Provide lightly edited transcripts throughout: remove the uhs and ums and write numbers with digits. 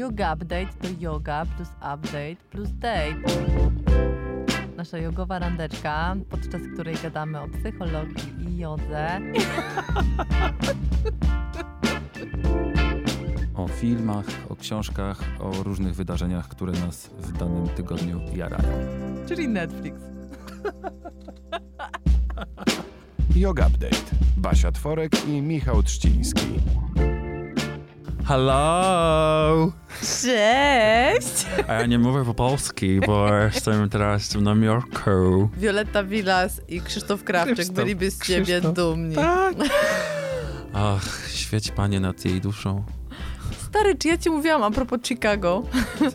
Yoga Update to yoga plus update plus date. Nasza jogowa randeczka, podczas której gadamy o psychologii i jodze. O filmach, o książkach, o różnych wydarzeniach, które nas w danym tygodniu jarają. Czyli Netflix. Yoga Update. Basia Tworek i Michał Trzciński. Hello! Cześć! A ja nie mówię po polski, bo jestem teraz w Nowym Jorku. Violetta Villas i Krzysztof Krawczyk byliby z ciebie dumni. Tak. Ach, świeć Panie nad jej duszą. Stary, czy ja ci mówiłam a propos Chicago,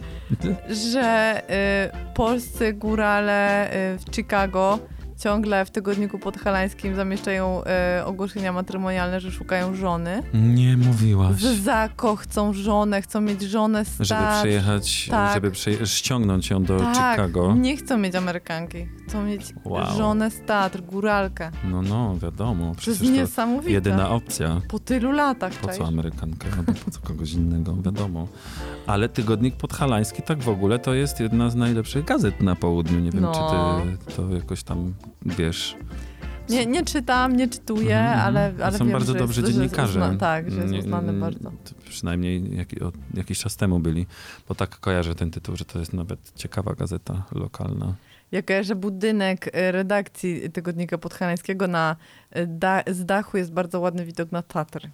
że polscy górale w Chicago ciągle w tygodniku podhalańskim zamieszczają ogłoszenia matrymonialne, że szukają żony. Nie mówiłaś. Chcą żonę, chcą mieć żonę z Żeby przyjechać, tak. żeby ściągnąć ją do tak, Chicago. Nie chcą mieć Amerykanki, chcą mieć żonę z Tatr, góralkę. No, wiadomo. To jest niesamowite. Jedyna opcja. Po tylu latach. Po co Amerykankę? No po co kogoś innego, wiadomo. Ale tygodnik podhalański tak w ogóle to jest jedna z najlepszych gazet na południu. Nie wiem, czy ty to jakoś tam wiesz. Nie czytam, nie czytuję, ale są wiem, bardzo dobrzy dziennikarze. Tak, że jest uznany bardzo. Przynajmniej jakiś czas temu byli, bo tak kojarzę ten tytuł, że to jest nawet ciekawa gazeta lokalna. Ja kojarzę budynek redakcji tygodnika podhalańskiego. Z dachu jest bardzo ładny widok na Tatry.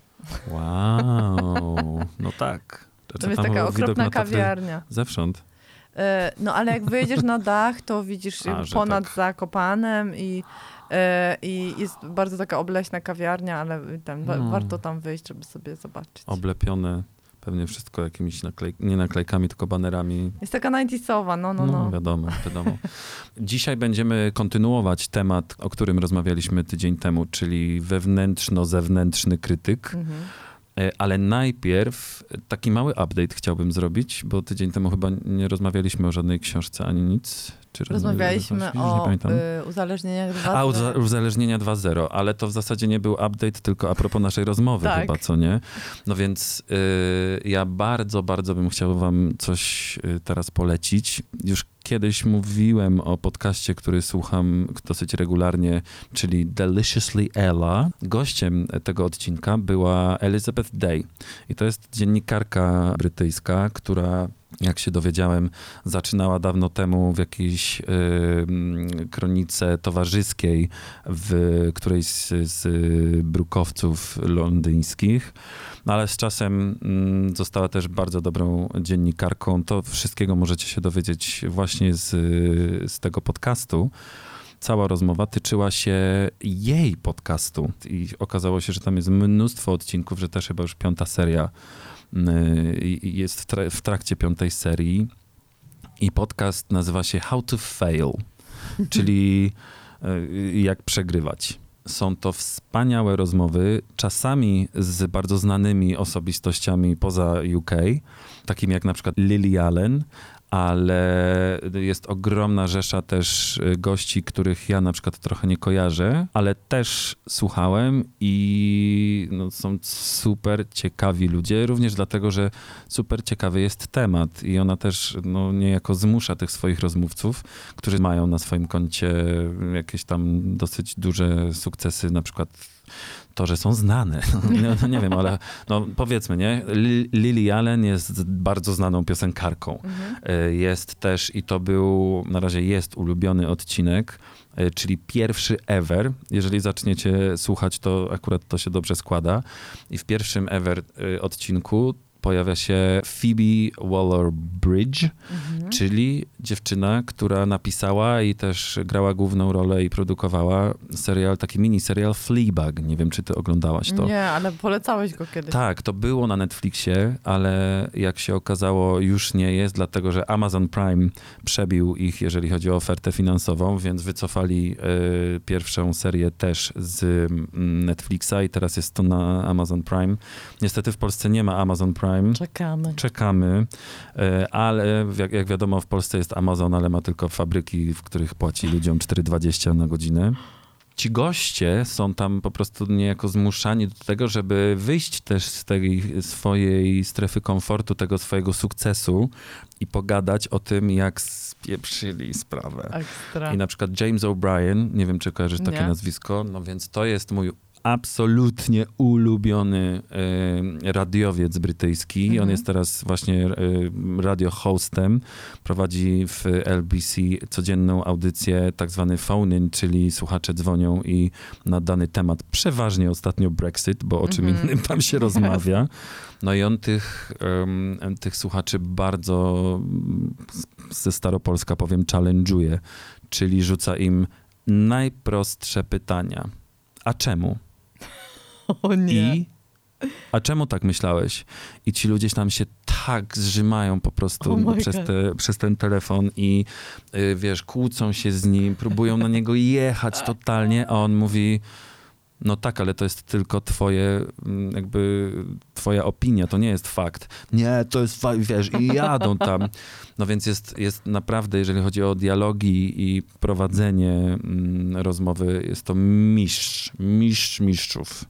Wow, no tak. To jest taka okropna kawiarnia. Zewsząd. No ale jak wyjedziesz na dach, to widzisz ponad tak. Zakopanem i jest bardzo taka obleśna kawiarnia, ale warto tam wyjść, żeby sobie zobaczyć. Oblepione pewnie wszystko jakimiś nie naklejkami, tylko banerami. Jest taka 90sowa, no. Wiadomo. Dzisiaj będziemy kontynuować temat, o którym rozmawialiśmy tydzień temu, czyli wewnętrzno-zewnętrzny krytyk. Ale najpierw taki mały update chciałbym zrobić, bo tydzień temu chyba nie rozmawialiśmy o żadnej książce ani nic. Rozmawialiśmy o uzależnieniach 2.0. Uzależnienia 2.0, ale to w zasadzie nie był update, tylko a propos naszej rozmowy chyba, co nie? No więc ja bardzo, bardzo bym chciał wam coś teraz polecić. Już kiedyś mówiłem o podcaście, który słucham dosyć regularnie, czyli Deliciously Ella. Gościem tego odcinka była Elizabeth Day. I to jest dziennikarka brytyjska, która, jak się dowiedziałem, zaczynała dawno temu w jakiejś kronice towarzyskiej w którejś z brukowców londyńskich. No ale z czasem została też bardzo dobrą dziennikarką. To wszystkiego możecie się dowiedzieć właśnie z tego podcastu. Cała rozmowa tyczyła się jej podcastu i okazało się, że tam jest mnóstwo odcinków, że też chyba już 5. seria jest w trakcie 5. serii i podcast nazywa się How to Fail, czyli jak przegrywać. Są to wspaniałe rozmowy, czasami z bardzo znanymi osobistościami poza UK, takimi jak na przykład Lily Allen, ale jest ogromna rzesza też gości, których ja na przykład trochę nie kojarzę, ale też słuchałem i są super ciekawi ludzie, również dlatego, że super ciekawy jest temat i ona też niejako zmusza tych swoich rozmówców, którzy mają na swoim koncie jakieś tam dosyć duże sukcesy, na przykład to, że są znane. Nie wiem, ale powiedzmy, nie? Lily Allen jest bardzo znaną piosenkarką. Jest też, i to był, na razie jest ulubiony odcinek, czyli pierwszy ever. Jeżeli zaczniecie słuchać, to akurat to się dobrze składa. I w pierwszym ever odcinku pojawia się Phoebe Waller-Bridge, czyli dziewczyna, która napisała i też grała główną rolę i produkowała taki mini-serial Fleabag. Nie wiem, czy ty oglądałaś to. Nie, ale polecałeś go kiedyś. Tak, to było na Netflixie, ale jak się okazało, już nie jest, dlatego że Amazon Prime przebił ich, jeżeli chodzi o ofertę finansową, więc wycofali pierwszą serię też z Netflixa i teraz jest to na Amazon Prime. Niestety w Polsce nie ma Amazon Prime. Czekamy. Ale jak wiadomo, w Polsce jest Amazon, ale ma tylko fabryki, w których płaci ludziom 4,20 na godzinę. ci goście są tam po prostu niejako zmuszani do tego, żeby wyjść też z tej swojej strefy komfortu, tego swojego sukcesu i pogadać o tym, jak spieprzyli sprawę. Ekstra. I na przykład James O'Brien, nie wiem, czy kojarzysz takie nazwisko, no więc to jest mój absolutnie ulubiony radiowiec brytyjski. On jest teraz właśnie radio hostem. Prowadzi w LBC codzienną audycję, tak zwany phone-in, czyli słuchacze dzwonią i na dany temat, przeważnie ostatnio Brexit, bo o czym innym tam się rozmawia. No i on tych słuchaczy bardzo, ze Staropolska powiem, challenge'uje, czyli rzuca im najprostsze pytania. A czemu? O nie. A czemu tak myślałeś? I ci ludzie tam się tak zrzymają po prostu przez ten telefon i wiesz, kłócą się z nim, próbują na niego jechać totalnie, a on mówi, no tak, ale to jest tylko twoja opinia, to nie jest fakt. Nie, to jest fakt, wiesz, i jadą tam. No więc jest naprawdę, jeżeli chodzi o dialogi i prowadzenie rozmowy, jest to mistrz mistrzów.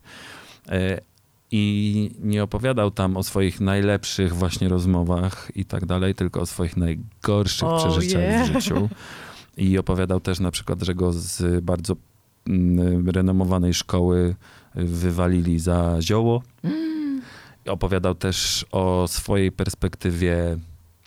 I nie opowiadał tam o swoich najlepszych właśnie rozmowach i tak dalej, tylko o swoich najgorszych przeżyciach w życiu. I opowiadał też na przykład, że go z bardzo renomowanej szkoły wywalili za zioło. Opowiadał też o swojej perspektywie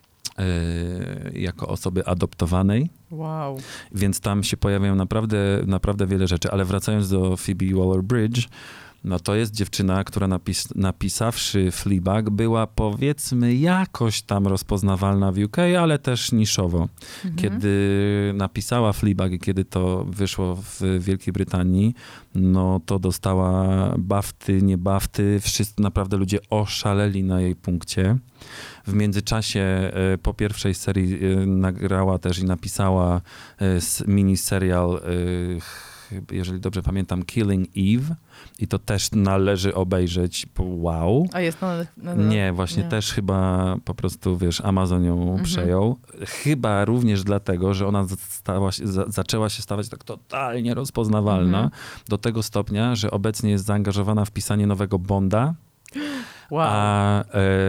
jako osoby adoptowanej. Wow. Więc tam się pojawiają naprawdę wiele rzeczy. Ale wracając do Phoebe Waller-Bridge, no to jest dziewczyna, która napisawszy Fleabag była powiedzmy jakoś tam rozpoznawalna w UK, ale też niszowo. Kiedy napisała Fleabag i kiedy to wyszło w Wielkiej Brytanii, no to dostała BAFTY, nie BAFTY, wszyscy naprawdę ludzie oszaleli na jej punkcie. W międzyczasie po pierwszej serii nagrała też i napisała miniserial, jeżeli dobrze pamiętam, Killing Eve. I to też należy obejrzeć. Wow. A jest Nie, właśnie też chyba po prostu, wiesz, Amazon ją przejął. Chyba również dlatego, że ona zaczęła się stawać tak totalnie rozpoznawalna do tego stopnia, że obecnie jest zaangażowana w pisanie nowego Bonda. Wow. A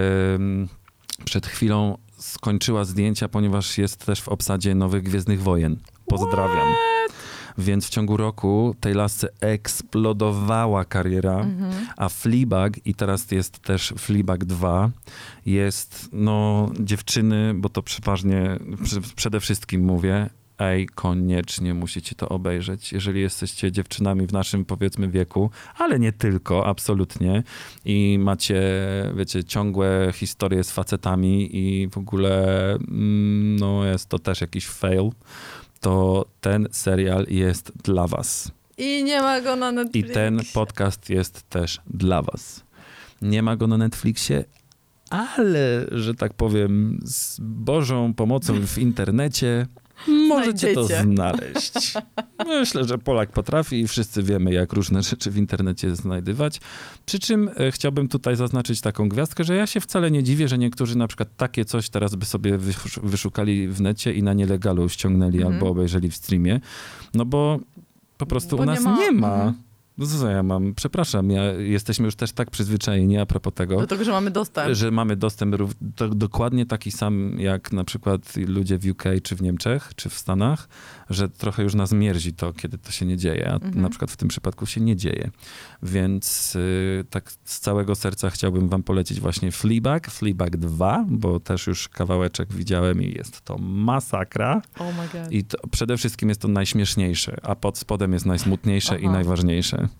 przed chwilą skończyła zdjęcia, ponieważ jest też w obsadzie nowych Gwiezdnych Wojen. Pozdrawiam. Więc w ciągu roku tej lasce eksplodowała kariera, a Fleabag, i teraz jest też Fleabag 2, jest, no, dziewczyny, bo to przeważnie, przede wszystkim mówię, koniecznie musicie to obejrzeć, jeżeli jesteście dziewczynami w naszym, powiedzmy, wieku, ale nie tylko, absolutnie, i macie, wiecie, ciągłe historie z facetami i w ogóle, no, jest to też jakiś fail, to ten serial jest dla was. I nie ma go na Netflixie. I ten podcast jest też dla was. Nie ma go na Netflixie, ale, że tak powiem, z Bożą pomocą w internecie możecie to znaleźć. Myślę, że Polak potrafi i wszyscy wiemy, jak różne rzeczy w internecie znajdywać. Przy czym chciałbym tutaj zaznaczyć taką gwiazdkę, że ja się wcale nie dziwię, że niektórzy na przykład takie coś teraz by sobie wyszukali w necie i na nielegalu ściągnęli albo obejrzeli w streamie. No bo po prostu u nas nie ma. No co ja mam? Przepraszam, jesteśmy już też tak przyzwyczajeni a propos tego. Do tego, że mamy dostęp. Że mamy dostęp dokładnie taki sam jak na przykład ludzie w UK, czy w Niemczech, czy w Stanach, że trochę już nas mierzi to, kiedy to się nie dzieje, a na przykład w tym przypadku się nie dzieje. Więc tak z całego serca chciałbym wam polecić właśnie Fleabag 2, bo też już kawałeczek widziałem i jest to masakra. Oh my God. I to przede wszystkim jest to najśmieszniejsze, a pod spodem jest najsmutniejsze i najważniejsze.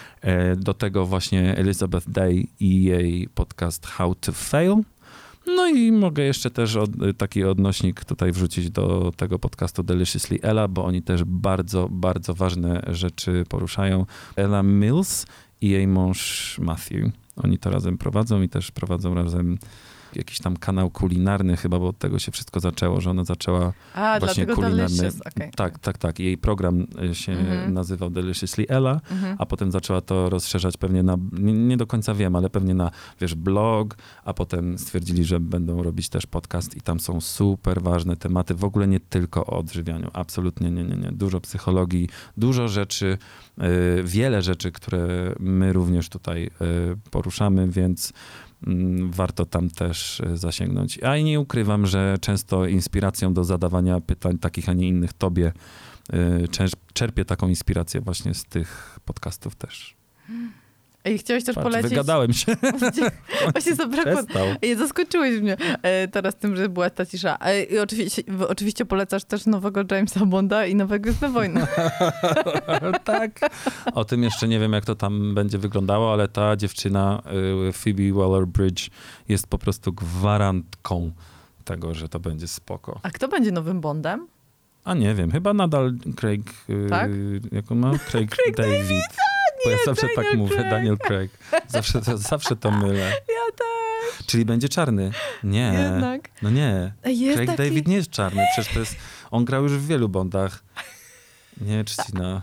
Do tego właśnie Elizabeth Day i jej podcast How to Fail. No i mogę jeszcze też taki odnośnik tutaj wrzucić do tego podcastu Deliciously Ella, bo oni też bardzo, bardzo ważne rzeczy poruszają. Ella Mills i jej mąż Matthew. Oni to razem prowadzą i też prowadzą razem jakiś tam kanał kulinarny chyba, bo od tego się wszystko zaczęło, że ona zaczęła właśnie kulinarny. Okay. Tak. Jej program się nazywał Deliciously Ella, a potem zaczęła to rozszerzać pewnie na, nie do końca wiem, ale pewnie na, wiesz, blog, a potem stwierdzili, że będą robić też podcast i tam są super ważne tematy, w ogóle nie tylko o odżywianiu, absolutnie nie. Dużo psychologii, dużo rzeczy, wiele rzeczy, które my również tutaj poruszamy, więc warto tam też zasięgnąć. A i nie ukrywam, że często inspiracją do zadawania pytań takich, a nie innych tobie czerpię taką inspirację właśnie z tych podcastów też. I chciałeś też polecić... Wygadałem się. Właśnie zabrakło. Zaskoczyłeś mnie teraz tym, że była ta cisza. I oczywiście polecasz też nowego Jamesa Bonda i nowego Gwiezdne Wojny. Tak. O tym jeszcze nie wiem, jak to tam będzie wyglądało, ale ta dziewczyna, Phoebe Waller-Bridge, jest po prostu gwarantką tego, że to będzie spoko. A kto będzie nowym Bondem? A nie wiem, chyba nadal Craig... Tak? Jak on ma? Craig David. Bo ja zawsze tak mówię, Daniel Craig. Zawsze to mylę. Ja też. Czyli będzie czarny. Nie. Jednak. No nie. Jest Craig taki... David nie jest czarny. Przecież to jest... On grał już w wielu Bondach. Nie, Czcina.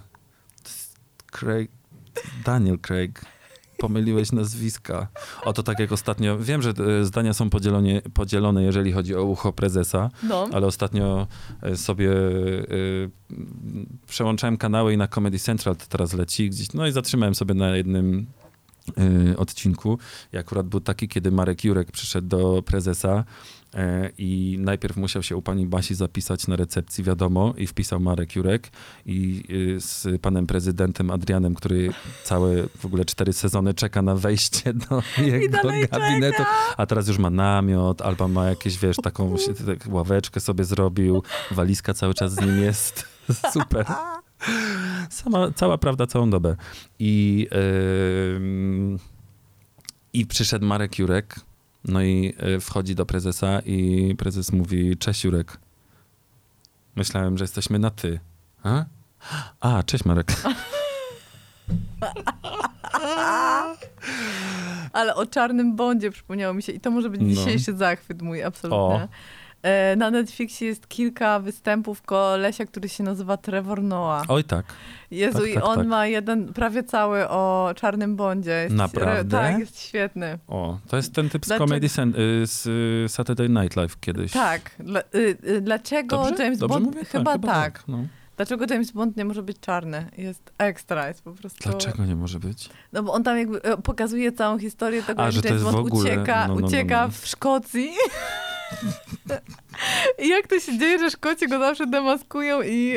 Daniel Craig. Pomyliłeś nazwiska. To tak jak ostatnio... Wiem, że zdania są podzielone, jeżeli chodzi o ucho prezesa, ale ostatnio sobie przełączałem kanały i na Comedy Central to teraz leci gdzieś. No i zatrzymałem sobie na jednym odcinku. I akurat był taki, kiedy Marek Jurek przyszedł do prezesa i najpierw musiał się u pani Basi zapisać na recepcji, wiadomo, i wpisał Marek Jurek i z panem prezydentem Adrianem, który całe w ogóle 4 sezony czeka na wejście do jego gabinetu, czeka. A teraz już ma namiot, albo ma jakieś, wiesz, taką ławeczkę sobie zrobił, walizka cały czas z nim jest. Super. Cała prawda, całą dobę. I przyszedł Marek Jurek, no i wchodzi do prezesa i prezes mówi: cześć Jurek. Myślałem, że jesteśmy na ty. Cześć Marek. Ale o Czarnym Bondzie przypomniało mi się i to może być dzisiejszy zachwyt mój, absolutnie. Na Netflixie jest kilka występów kolesia, który się nazywa Trevor Noah. Oj tak. Jezu, tak, i on ma jeden prawie cały o Czarnym Bondzie. Jest, naprawdę? Tak, jest świetny. To jest ten typ z Comedy z Saturday Night Live kiedyś. Tak. Dlaczego Dobrze? James Dobrze Bond... Mówię? Chyba tak. No. Dlaczego James Bond nie może być czarny? Jest ekstra, jest po prostu... Dlaczego nie może być? No bo on tam jakby pokazuje całą historię tego, jak że James Bond ucieka no. w Szkocji. I jak to się dzieje, że Szkoci go zawsze demaskują i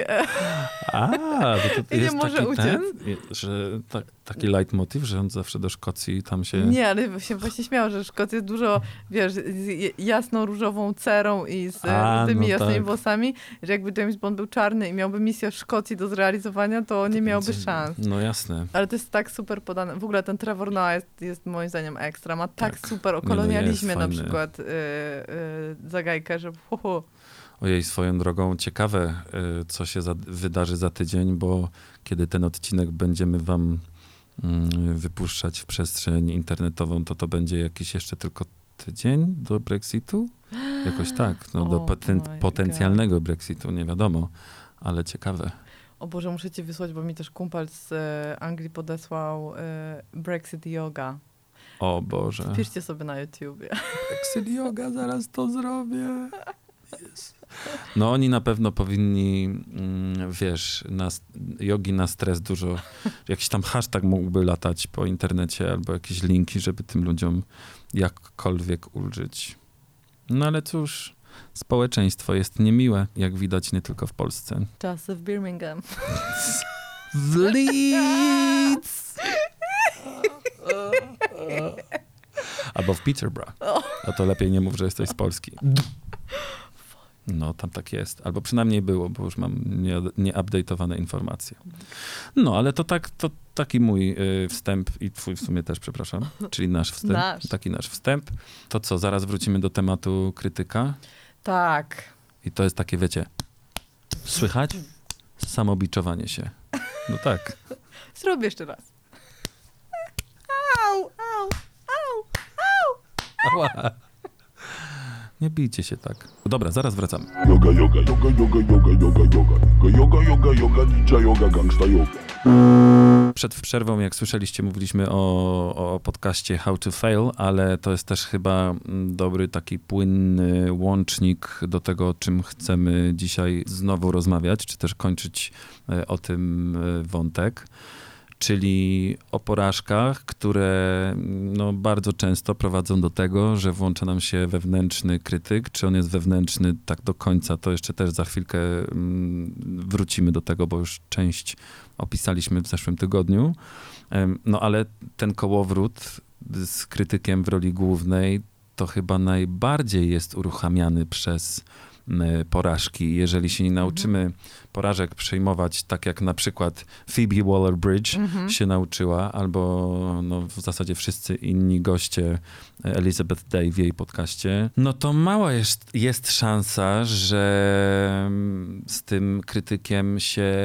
to i jest nie może taki uciec. Że taki leitmotiv, że on zawsze do Szkocji tam się... Nie, ale się właśnie śmiał, że Szkocja jest dużo, wiesz, z jasno-różową cerą i z tymi jasnymi włosami, że jakby James Bond był czarny i miałby misję w Szkocji do zrealizowania, to nie miałby szans. No jasne. Ale to jest tak super podane. W ogóle ten Trevor Noah jest moim zdaniem ekstra. Ma tak super o kolonializmie na przykład zagajkę, że Ojej, swoją drogą ciekawe, co się wydarzy za tydzień, bo kiedy ten odcinek będziemy wam wypuszczać w przestrzeń internetową, to będzie jakiś jeszcze tylko tydzień do Brexitu? Jakoś tak, do potencjalnego Brexitu, nie wiadomo, ale ciekawe. O Boże, muszę ci wysłać, bo mi też kumpel z Anglii podesłał Brexit Yoga. O Boże. Wpiszcie sobie na YouTubie. Brexit Yoga, zaraz to zrobię. Yes. No oni na pewno powinni, wiesz, jogi na stres dużo, jakiś tam hashtag mógłby latać po internecie albo jakieś linki, żeby tym ludziom jakkolwiek ulżyć. No ale cóż, społeczeństwo jest niemiłe, jak widać nie tylko w Polsce. Czasy w Birmingham. W Leeds! Albo w Peterborough. A to lepiej nie mów, że jesteś z Polski. No, tam tak jest. Albo przynajmniej było, bo już mam nieupdate'owane informacje. No, ale to taki mój wstęp i twój w sumie też, przepraszam. Czyli nasz wstęp. Taki nasz wstęp. To co, zaraz wrócimy do tematu krytyka? Tak. I to jest takie, wiecie, słychać? Samobiczowanie się. No tak. Zrobię jeszcze raz. Au, au, au, au, au. Nie bijcie się tak. Dobra, zaraz wracamy. Yoga, yoga, yoga, yoga, yoga, yoga, yoga, yoga, yoga, yoga, ninja yoga, gangsta yoga. Przed przerwą, jak słyszeliście, mówiliśmy o podcaście How to Fail, ale to jest też chyba dobry taki płynny łącznik do tego, o czym chcemy dzisiaj znowu rozmawiać, czy też kończyć o tym wątek. Czyli o porażkach, które bardzo często prowadzą do tego, że włącza nam się wewnętrzny krytyk. Czy on jest wewnętrzny tak do końca, to jeszcze też za chwilkę wrócimy do tego, bo już część opisaliśmy w zeszłym tygodniu. Ale ten kołowrót z krytykiem w roli głównej to chyba najbardziej jest uruchamiany przez porażki. Jeżeli się nie nauczymy porażek przyjmować tak jak na przykład Phoebe Waller-Bridge się nauczyła, albo w zasadzie wszyscy inni goście Elizabeth Day w jej podcaście, to mała jest szansa, że z tym krytykiem się,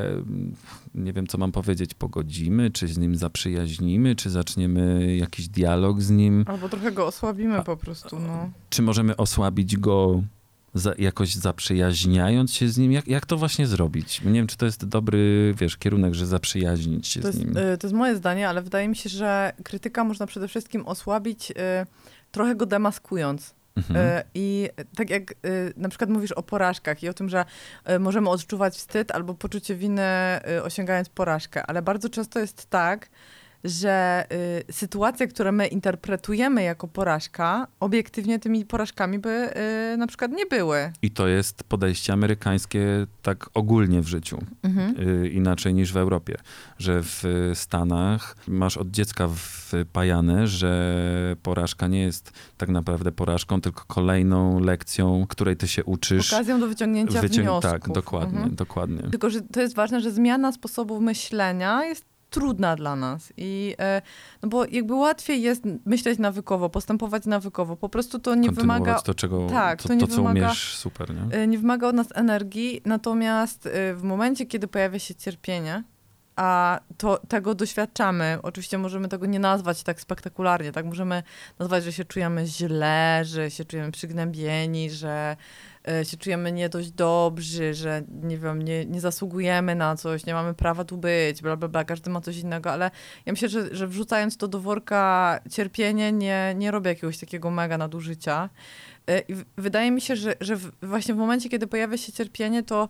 nie wiem co mam powiedzieć, pogodzimy, czy z nim zaprzyjaźnimy, czy zaczniemy jakiś dialog z nim. Albo trochę go osłabimy po prostu. Czy możemy osłabić go jakoś zaprzyjaźniając się z nim? Jak to właśnie zrobić? Nie wiem, czy to jest dobry, kierunek, że zaprzyjaźnić się z nim. To jest moje zdanie, ale wydaje mi się, że krytyka można przede wszystkim osłabić, trochę go demaskując. I tak jak na przykład mówisz o porażkach i o tym, że możemy odczuwać wstyd albo poczucie winy osiągając porażkę, ale bardzo często jest tak, że sytuacje, które my interpretujemy jako porażka, obiektywnie tymi porażkami by na przykład nie były. I to jest podejście amerykańskie tak ogólnie w życiu. Inaczej niż w Europie. Że w Stanach masz od dziecka wpajane, że porażka nie jest tak naprawdę porażką, tylko kolejną lekcją, której ty się uczysz. Okazją do wyciągnięcia wniosków. Tak, dokładnie. Tylko, że to jest ważne, że zmiana sposobu myślenia jest trudna dla nas. I, bo jakby łatwiej jest myśleć nawykowo, postępować nawykowo. Po prostu to nie wymaga... to, czego, tak, to co umiesz, super, nie? Nie wymaga od nas energii, natomiast w momencie, kiedy pojawia się cierpienie, a tego doświadczamy, oczywiście możemy tego nie nazwać tak spektakularnie, tak? Możemy nazwać, że się czujemy źle, że się czujemy przygnębieni, że się czujemy nie dość dobrzy, że nie wiem, nie zasługujemy na coś, nie mamy prawa tu być, bla, bla, bla, każdy ma coś innego, ale ja myślę, że wrzucając to do worka cierpienie, nie robię jakiegoś takiego mega nadużycia. I wydaje mi się, że właśnie w momencie, kiedy pojawia się cierpienie, to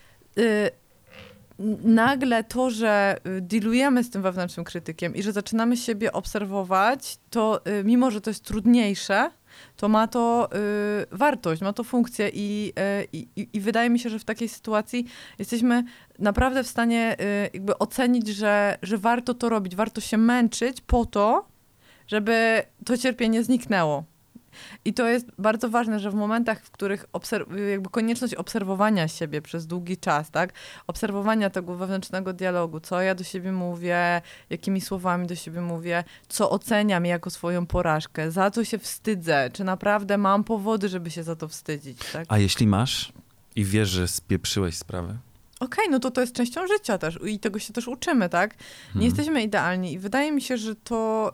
nagle to, że dealujemy z tym wewnętrznym krytykiem i że zaczynamy siebie obserwować, to mimo, że to jest trudniejsze, to ma to wartość, ma to funkcję i wydaje mi się, że w takiej sytuacji jesteśmy naprawdę w stanie jakby ocenić, że warto to robić, warto się męczyć po to, żeby to cierpienie zniknęło. I to jest bardzo ważne, że w momentach, w których jakby konieczność obserwowania siebie przez długi czas, tak? Obserwowania tego wewnętrznego dialogu, co ja do siebie mówię, jakimi słowami do siebie mówię, co oceniam jako swoją porażkę, za co się wstydzę, czy naprawdę mam powody, żeby się za to wstydzić, tak? A jeśli masz i wiesz, że spieprzyłeś sprawę? Okej, no to jest częścią życia też i tego się też uczymy, tak? Nie jesteśmy idealni i wydaje mi się, że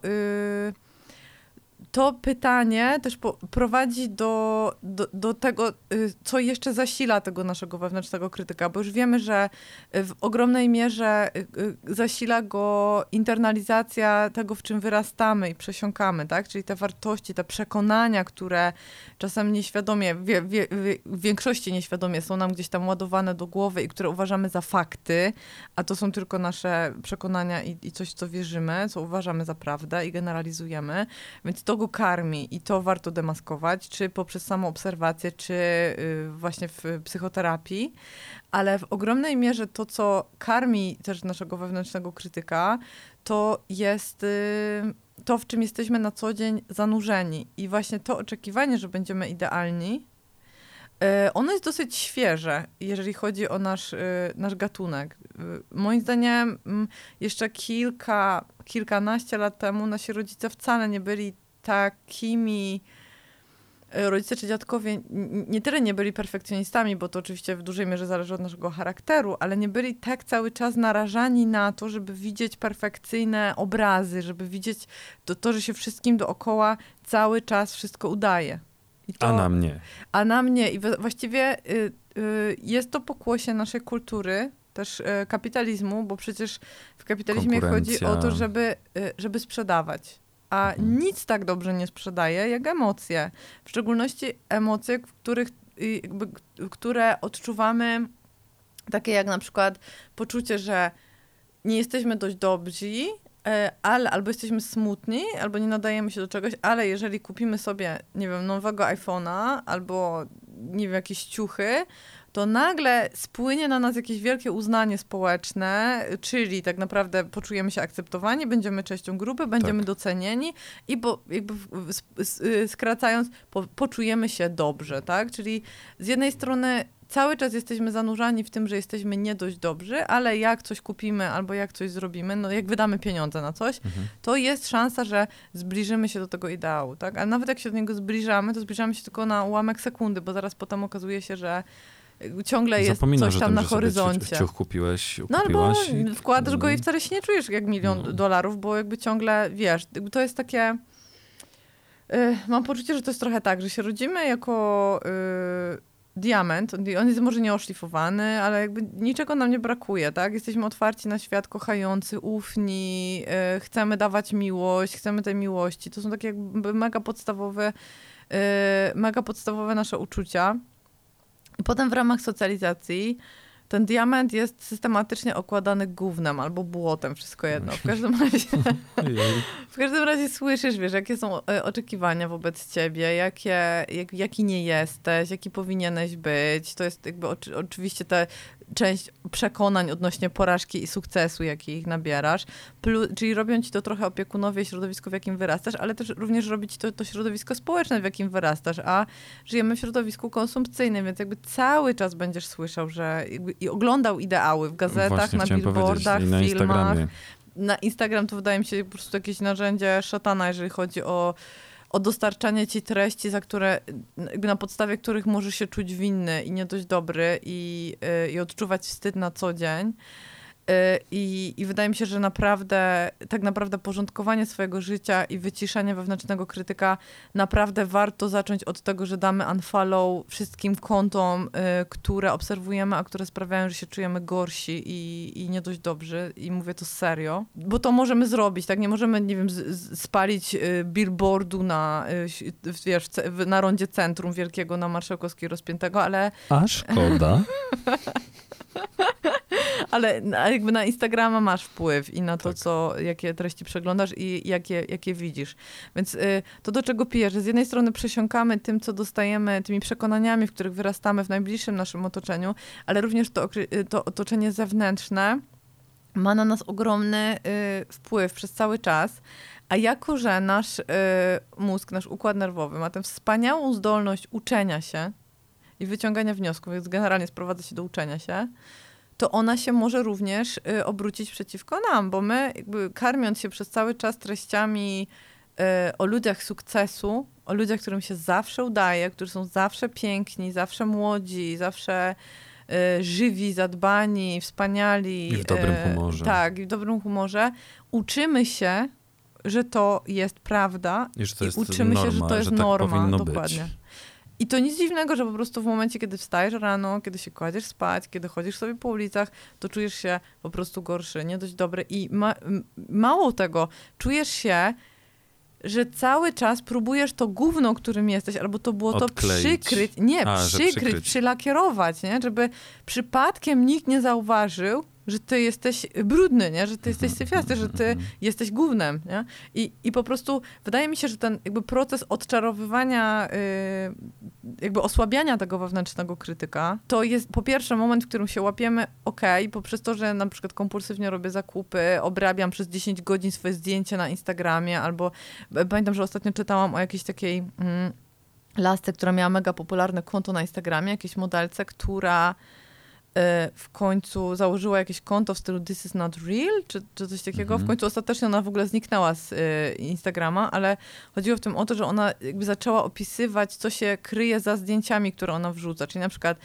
to pytanie też prowadzi do tego, co jeszcze zasila tego naszego wewnętrznego krytyka, bo już wiemy, że w ogromnej mierze zasila go internalizacja tego, w czym wyrastamy i przesiąkamy, tak? Czyli te wartości, te przekonania, które czasem nieświadomie, w większości nieświadomie są nam gdzieś tam ładowane do głowy i które uważamy za fakty, a to są tylko nasze przekonania i coś, co wierzymy, co uważamy za prawdę i generalizujemy, więc to go karmi i to warto demaskować, czy poprzez samoobserwację, czy właśnie w psychoterapii, ale w ogromnej mierze to, co karmi też naszego wewnętrznego krytyka, to jest to, w czym jesteśmy na co dzień zanurzeni i właśnie to oczekiwanie, że będziemy idealni, ono jest dosyć świeże, jeżeli chodzi o nasz gatunek. Moim zdaniem jeszcze kilkanaście lat temu nasi rodzice wcale nie byli takimi, rodzice czy dziadkowie nie tyle nie byli perfekcjonistami, bo to oczywiście w dużej mierze zależy od naszego charakteru, ale nie byli tak cały czas narażani na to, żeby widzieć perfekcyjne obrazy, żeby widzieć to, że się wszystkim dookoła cały czas wszystko udaje. A na mnie. A na mnie. I właściwie jest to pokłosie naszej kultury, też kapitalizmu, bo przecież w kapitalizmie chodzi o to, żeby sprzedawać. A nic tak dobrze nie sprzedaje jak emocje. W szczególności emocje, które odczuwamy, takie jak na przykład poczucie, że nie jesteśmy dość dobrzy, ale albo jesteśmy smutni, albo nie nadajemy się do czegoś, ale jeżeli kupimy sobie, nie wiem, nowego iPhone'a albo, nie wiem, jakieś ciuchy, to nagle spłynie na nas jakieś wielkie uznanie społeczne, czyli tak naprawdę poczujemy się akceptowani, będziemy częścią grupy, będziemy docenieni i jakby skracając, poczujemy się dobrze, tak? Czyli z jednej strony cały czas jesteśmy zanurzani w tym, że jesteśmy nie dość dobrzy, ale jak coś kupimy albo jak coś zrobimy, no jak wydamy pieniądze na coś, to jest szansa, że zbliżymy się do tego ideału, tak? Ale nawet jak się do niego zbliżamy, to zbliżamy się tylko na ułamek sekundy, bo zaraz potem okazuje się, że ciągle jest coś tam na horyzoncie. Ciuch kupiłaś. No albo wkładasz go i wcale się nie czujesz jak $1,000,000, bo jakby ciągle, wiesz, to jest takie... mam poczucie, że to jest trochę tak, że się rodzimy jako diament, on jest może nieoszlifowany, ale jakby niczego nam nie brakuje, tak? Jesteśmy otwarci na świat, kochający, ufni, chcemy dawać miłość, chcemy tej miłości. To są takie jakby mega podstawowe nasze uczucia. I potem w ramach socjalizacji ten diament jest systematycznie okładany gównem albo błotem, wszystko jedno. W każdym razie słyszysz, wiesz, jakie są oczekiwania wobec ciebie, jaki nie jesteś, jaki powinieneś być. To jest jakby oczywiście ta część przekonań odnośnie porażki i sukcesu, jaki ich nabierasz. Czyli robią ci to trochę opiekunowie, środowisko, w jakim wyrastasz, ale też również robi ci to środowisko społeczne, w jakim wyrastasz, a żyjemy w środowisku konsumpcyjnym, więc jakby cały czas będziesz słyszał, że i oglądał ideały w gazetach, na billboardach, w filmach. Na Instagram to wydaje mi się po prostu jakieś narzędzie szatana, jeżeli chodzi o dostarczanie ci treści, za które, jakby na podstawie których możesz się czuć winny i nie dość dobry i odczuwać wstyd na co dzień. I wydaje mi się, że tak naprawdę porządkowanie swojego życia i wyciszenie wewnętrznego krytyka naprawdę warto zacząć od tego, że damy unfollow wszystkim kontom, które obserwujemy, a które sprawiają, że się czujemy gorsi i nie dość dobrzy. I mówię to serio. Bo to możemy zrobić, tak? Nie możemy, nie wiem, spalić billboardu na rondzie centrum wielkiego na Marszałkowskiej rozpiętego, ale... A szkoda. Ale jakby na Instagrama masz wpływ i na to, jakie treści przeglądasz i jakie widzisz. Więc to, do czego pijesz, że z jednej strony przesiąkamy tym, co dostajemy, tymi przekonaniami, w których wyrastamy w najbliższym naszym otoczeniu, ale również to otoczenie zewnętrzne ma na nas ogromny wpływ przez cały czas. A jako, że nasz mózg, nasz układ nerwowy ma tę wspaniałą zdolność uczenia się i wyciągania wniosków, więc generalnie sprowadza się do uczenia się, to ona się może również obrócić przeciwko nam, bo my jakby karmiąc się przez cały czas treściami o ludziach sukcesu, o ludziach, którym się zawsze udaje, którzy są zawsze piękni, zawsze młodzi, zawsze żywi, zadbani, wspaniali. I w dobrym humorze. Tak, i w dobrym humorze. Uczymy się, że to jest prawda i uczymy się, że to jest norma. Dokładnie. Być. I to nic dziwnego, że po prostu w momencie, kiedy wstajesz rano, kiedy się kładziesz spać, kiedy chodzisz sobie po ulicach, to czujesz się po prostu gorszy, nie dość dobry. I mało tego, czujesz się, że cały czas próbujesz to gówno, którym jesteś, albo to błoto przykryć, przylakierować, nie? Żeby przypadkiem nikt nie zauważył, że ty jesteś brudny, nie? Że ty jesteś syfiasty, że ty jesteś gównem, nie? I po prostu wydaje mi się, że ten jakby proces odczarowywania, jakby osłabiania tego wewnętrznego krytyka, to jest po pierwsze moment, w którym się łapiemy, poprzez to, że na przykład kompulsywnie robię zakupy, obrabiam przez 10 godzin swoje zdjęcie na Instagramie, albo pamiętam, że ostatnio czytałam o jakiejś takiej lasce, która miała mega popularne konto na Instagramie, jakiejś modelce, która w końcu założyła jakieś konto w stylu This is not real, czy coś takiego. W końcu ostatecznie ona w ogóle zniknęła z Instagrama, ale chodziło w tym o to, że ona jakby zaczęła opisywać, co się kryje za zdjęciami, które ona wrzuca. Czyli na przykład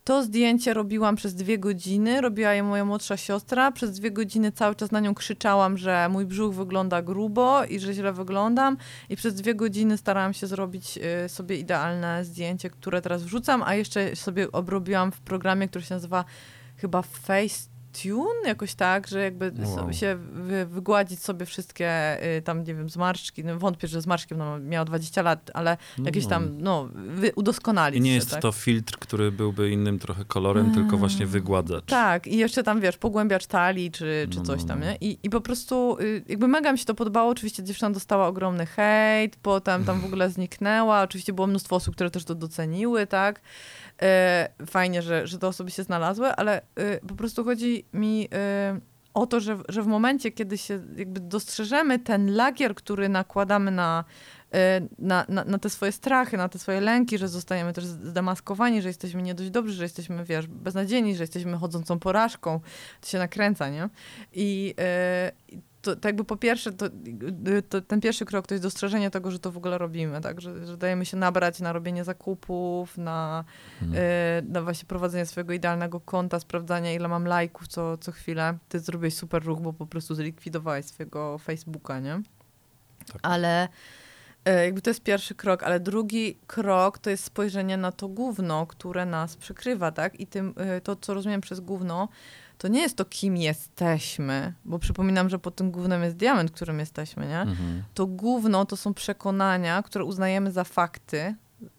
To zdjęcie robiłam przez 2 godziny, robiła je moja młodsza siostra. Przez 2 godziny cały czas na nią krzyczałam, że mój brzuch wygląda grubo i że źle wyglądam. I przez 2 godziny starałam się zrobić sobie idealne zdjęcie, które teraz wrzucam, a jeszcze sobie obrobiłam w programie, który się nazywa chyba Facetune, jakoś tak, że jakby się wygładzić sobie wszystkie tam, nie wiem, zmarszczki. No, wątpię, że zmarszczki, no, miała 20 lat, ale jakieś tam, udoskonalić. I nie się, jest tak? to filtr, który byłby innym trochę kolorem, tylko właśnie wygładzacz. Tak, i jeszcze tam, wiesz, pogłębiacz talii, czy coś tam, nie? I po prostu jakby mega mi się to podobało. Oczywiście dziewczyna dostała ogromny hejt, potem tam w ogóle zniknęła. Oczywiście było mnóstwo osób, które też to doceniły, tak? Fajnie, że te osoby się znalazły, ale po prostu chodzi mi o to, że w momencie, kiedy się jakby dostrzeżemy ten lakier, który nakładamy na te swoje strachy, na te swoje lęki, że zostajemy też zdemaskowani, że jesteśmy nie dość dobrzy, że jesteśmy, wiesz, beznadziejni, że jesteśmy chodzącą porażką, to się nakręca, nie? I to jakby po pierwsze, to ten pierwszy krok to jest dostrzeżenie tego, że to w ogóle robimy, tak? Że dajemy się nabrać na robienie zakupów, na właśnie prowadzenie swojego idealnego konta, sprawdzanie, ile mam lajków co chwilę. Ty zrobiłeś super ruch, bo po prostu zlikwidowałeś swojego Facebooka, nie? Tak. Ale jakby to jest pierwszy krok, ale drugi krok to jest spojrzenie na to gówno, które nas przykrywa, tak? I to, co rozumiem przez gówno, to nie jest to, kim jesteśmy, bo przypominam, że pod tym gównem jest diament, którym jesteśmy, nie? To gówno to są przekonania, które uznajemy za fakty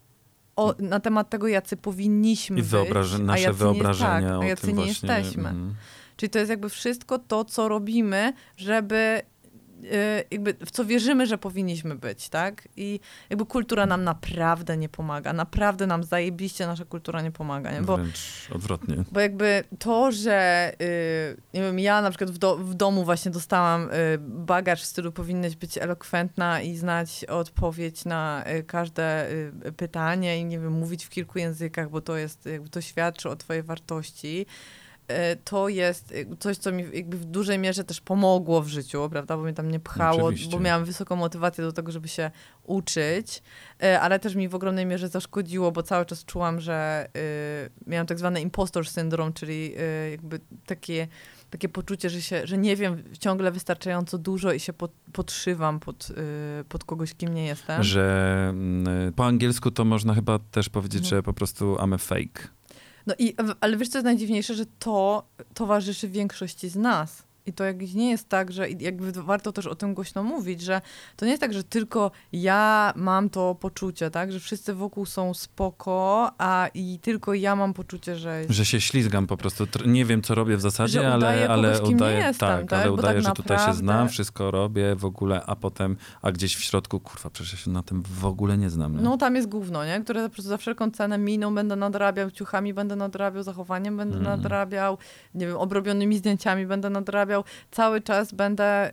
na temat tego, jacy powinniśmy być, nasze wyobrażenia a jacy nie jesteśmy. Czyli to jest jakby wszystko to, co robimy, żeby jakby w co wierzymy, że powinniśmy być, tak? I jakby kultura nam naprawdę nie pomaga. Naprawdę nam zajebiście nasza kultura nie pomaga, nie? Wręcz odwrotnie. Bo jakby to, że nie wiem, ja na przykład w domu właśnie dostałam bagaż w stylu powinnaś być elokwentna i znać odpowiedź na każde pytanie i nie wiem, mówić w kilku językach, bo to jest, jakby to świadczy o twojej wartości. To jest coś, co mi jakby w dużej mierze też pomogło w życiu, prawda, bo mnie tam nie pchało, Oczywiście. Bo miałam wysoką motywację do tego, żeby się uczyć, ale też mi w ogromnej mierze zaszkodziło, bo cały czas czułam, że miałam tak zwany impostor syndrom, czyli jakby takie poczucie, że nie wiem ciągle wystarczająco dużo i się podszywam pod kogoś, kim nie jestem. Że po angielsku to można chyba też powiedzieć, że po prostu I'm a fake. No ale wiesz, co jest najdziwniejsze, że to towarzyszy większości z nas. I to jakby nie jest tak, że jakby warto też o tym głośno mówić, że to nie jest tak, że tylko ja mam to poczucie, tak, że wszyscy wokół są spoko, i tylko ja mam poczucie, że się ślizgam po prostu. Nie wiem, co robię w zasadzie, ale udaję, ale udaję, że tutaj się znam, wszystko robię w ogóle, a gdzieś w środku, kurwa, przecież ja się na tym w ogóle nie znam. Nie? No tam jest gówno, nie? Które po prostu za wszelką cenę miną będę nadrabiał, ciuchami będę nadrabiał, zachowaniem będę nadrabiał, nie wiem, obrobionymi zdjęciami będę nadrabiał. Cały czas będę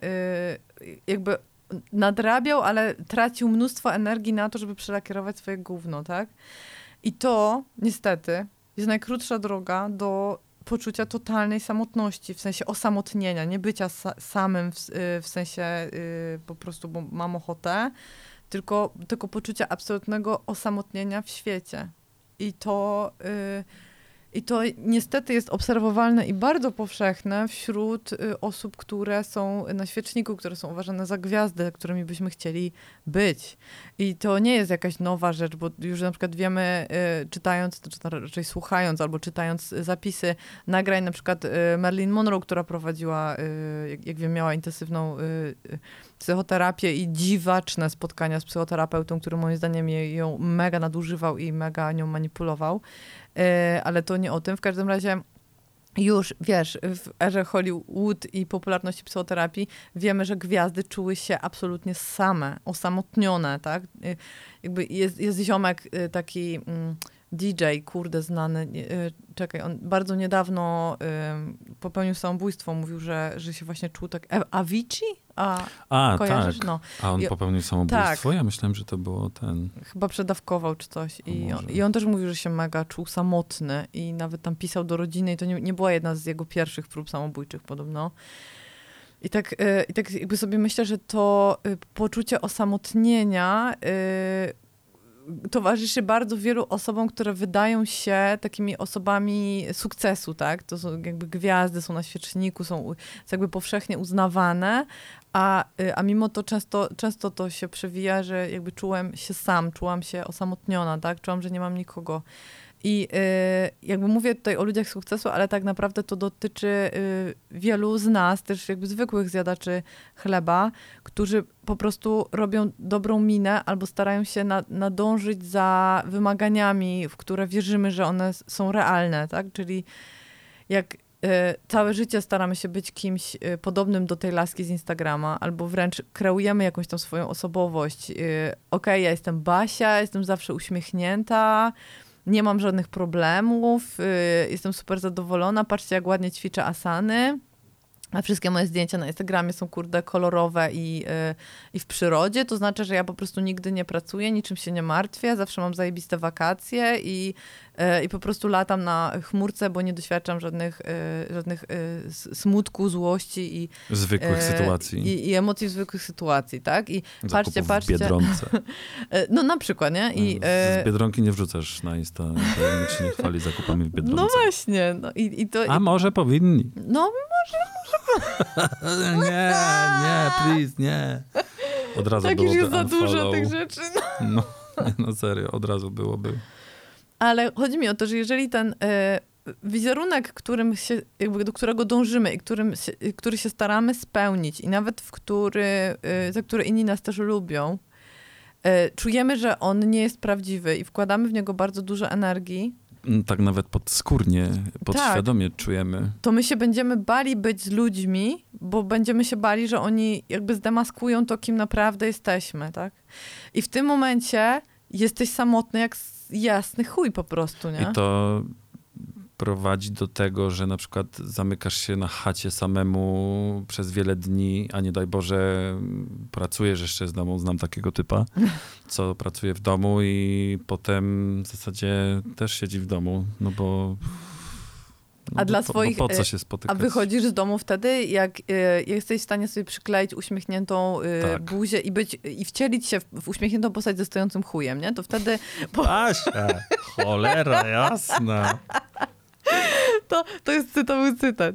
jakby nadrabiał, ale tracił mnóstwo energii na to, żeby przelakierować swoje gówno, tak? I to niestety jest najkrótsza droga do poczucia totalnej samotności, w sensie osamotnienia, nie bycia samym w sensie po prostu, bo mam ochotę, tylko poczucia absolutnego osamotnienia w świecie. I to niestety jest obserwowalne i bardzo powszechne wśród osób, które są na świeczniku, które są uważane za gwiazdy, którymi byśmy chcieli być. I to nie jest jakaś nowa rzecz, bo już na przykład wiemy, czytając, czy raczej słuchając albo czytając zapisy nagrań, na przykład Marilyn Monroe, która prowadziła, jak wiem, miała intensywną psychoterapię i dziwaczne spotkania z psychoterapeutą, który moim zdaniem ją mega nadużywał i mega nią manipulował. Ale to nie o tym. W każdym razie już, wiesz, w erze Hollywood i popularności psychoterapii wiemy, że gwiazdy czuły się absolutnie same, osamotnione, tak? Jakby jest ziomek taki DJ, kurde, znany, czekaj, on bardzo niedawno popełnił samobójstwo, mówił, że się właśnie czuł tak, Avicii? Kojarzysz? Tak. No. A on popełnił samobójstwo? Tak. Ja myślałem, że to było ten... Chyba przedawkował czy coś. I on też mówił, że się mega czuł samotny i nawet tam pisał do rodziny i to nie była jedna z jego pierwszych prób samobójczych podobno. I tak jakby sobie myślę, że to poczucie osamotnienia towarzyszy bardzo wielu osobom, które wydają się takimi osobami sukcesu, tak? To są jakby gwiazdy, są na świeczniku, są jakby powszechnie uznawane, a mimo to często to się przewija, że jakby czułam się osamotniona, tak? Czułam, że nie mam nikogo. I jakby mówię tutaj o ludziach sukcesu, ale tak naprawdę to dotyczy wielu z nas, też jakby zwykłych zjadaczy chleba, którzy po prostu robią dobrą minę albo starają się nadążyć za wymaganiami, w które wierzymy, że one są realne, tak? Czyli jak całe życie staramy się być kimś podobnym do tej laski z Instagrama, albo wręcz kreujemy jakąś tam swoją osobowość. Okej, ja jestem Basia, jestem zawsze uśmiechnięta, nie mam żadnych problemów, jestem super zadowolona, patrzcie jak ładnie ćwiczę asany, a wszystkie moje zdjęcia na Instagramie są kolorowe i w przyrodzie, to znaczy, że ja po prostu nigdy nie pracuję, niczym się nie martwię, zawsze mam zajebiste wakacje i po prostu latam na chmurce, bo nie doświadczam żadnych smutku, złości i zwykłych sytuacji. I emocji w zwykłych sytuacji, tak? I patrzcie. W Biedronce. No na przykład, nie? Z Biedronki nie wrzucasz na Insta, bo nikt się nie chwali zakupami w Biedronce. No właśnie. No, a może powinni? No może. nie, please, nie. Od razu tak byłoby już jest za unfollow. dużo tych rzeczy. No serio, od razu byłoby. Ale chodzi mi o to, że jeżeli ten wizerunek, do którego dążymy i który się staramy spełnić i nawet za który inni nas też lubią, czujemy, że on nie jest prawdziwy i wkładamy w niego bardzo dużo energii. Tak nawet podskórnie, podświadomie czujemy. To my się będziemy bali być z ludźmi, bo będziemy się bali, że oni jakby zdemaskują to, kim naprawdę jesteśmy, tak? I w tym momencie jesteś samotny jak jasny chuj po prostu, nie? I to prowadzi do tego, że na przykład zamykasz się na chacie samemu przez wiele dni, a nie daj Boże pracujesz jeszcze z domu, znam takiego typa, co pracuje w domu i potem w zasadzie też siedzi w domu, no bo... A dla swoich... Po co się spotykać? A wychodzisz z domu wtedy, jak jesteś w stanie sobie przykleić uśmiechniętą buzię i wcielić się w uśmiechniętą postać ze stojącym chujem, nie? To wtedy... Asia, cholera jasna. To był cytat.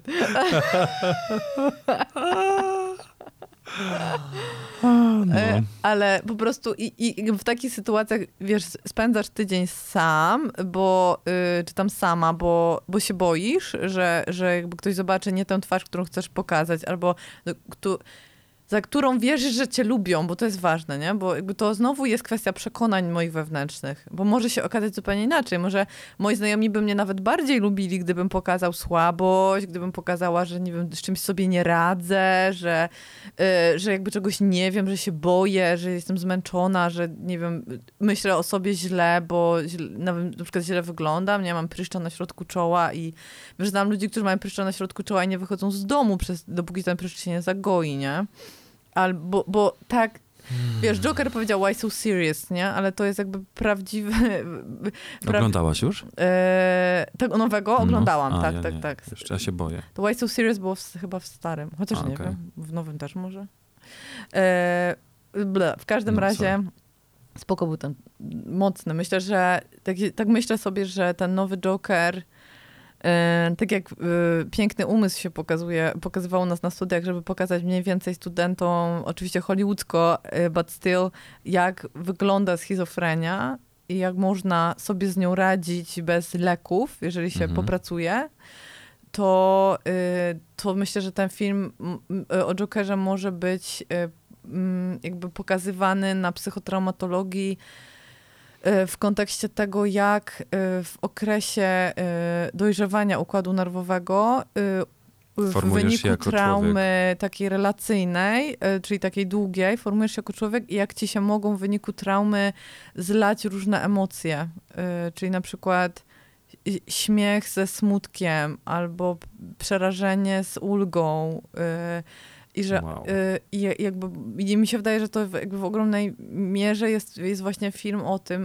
No. Ale po prostu i w takich sytuacjach, wiesz, spędzasz tydzień sam, czy tam sama, bo się boisz, że jakby ktoś zobaczy nie tę twarz, którą chcesz pokazać, albo za którą wierzysz, że cię lubią, bo to jest ważne, nie? Bo jakby to znowu jest kwestia przekonań moich wewnętrznych, bo może się okazać zupełnie inaczej. Może moi znajomi by mnie nawet bardziej lubili, gdybym pokazał słabość, gdybym pokazała, że nie wiem, z czymś sobie nie radzę, że jakby czegoś nie wiem, że się boję, że jestem zmęczona, że nie wiem, myślę o sobie źle, bo nawet na przykład źle wyglądam, nie mam pryszcza na środku czoła i wiesz, znam ludzi, którzy mają pryszcza na środku czoła i nie wychodzą z domu, dopóki ten pryszcz się nie zagoi, nie? Bo tak, wiesz, Joker powiedział why so serious, nie? Ale to jest jakby prawdziwy... Oglądałaś już? Tego nowego oglądałam, no. Tak. Jeszcze ja się boję. To why so serious było chyba w starym, chociaż nie wiem, w nowym też może. W każdym razie spoko był ten mocny. Myślę, że tak myślę sobie, że ten nowy Joker tak jak piękny umysł się pokazywał nas na studiach, żeby pokazać mniej więcej studentom, oczywiście hollywoodzko, but still, jak wygląda schizofrenia i jak można sobie z nią radzić bez leków, jeżeli się popracuje, to myślę, że ten film o Jokerze może być jakby pokazywany na psychotraumatologii w kontekście tego, jak w okresie dojrzewania układu nerwowego w wyniku traumy takiej relacyjnej, czyli takiej długiej, formujesz się jako człowiek i jak ci się mogą w wyniku traumy zlać różne emocje. Czyli na przykład śmiech ze smutkiem albo przerażenie z ulgą. I że jakby mi się wydaje, że to jakby w ogromnej mierze jest właśnie film o tym,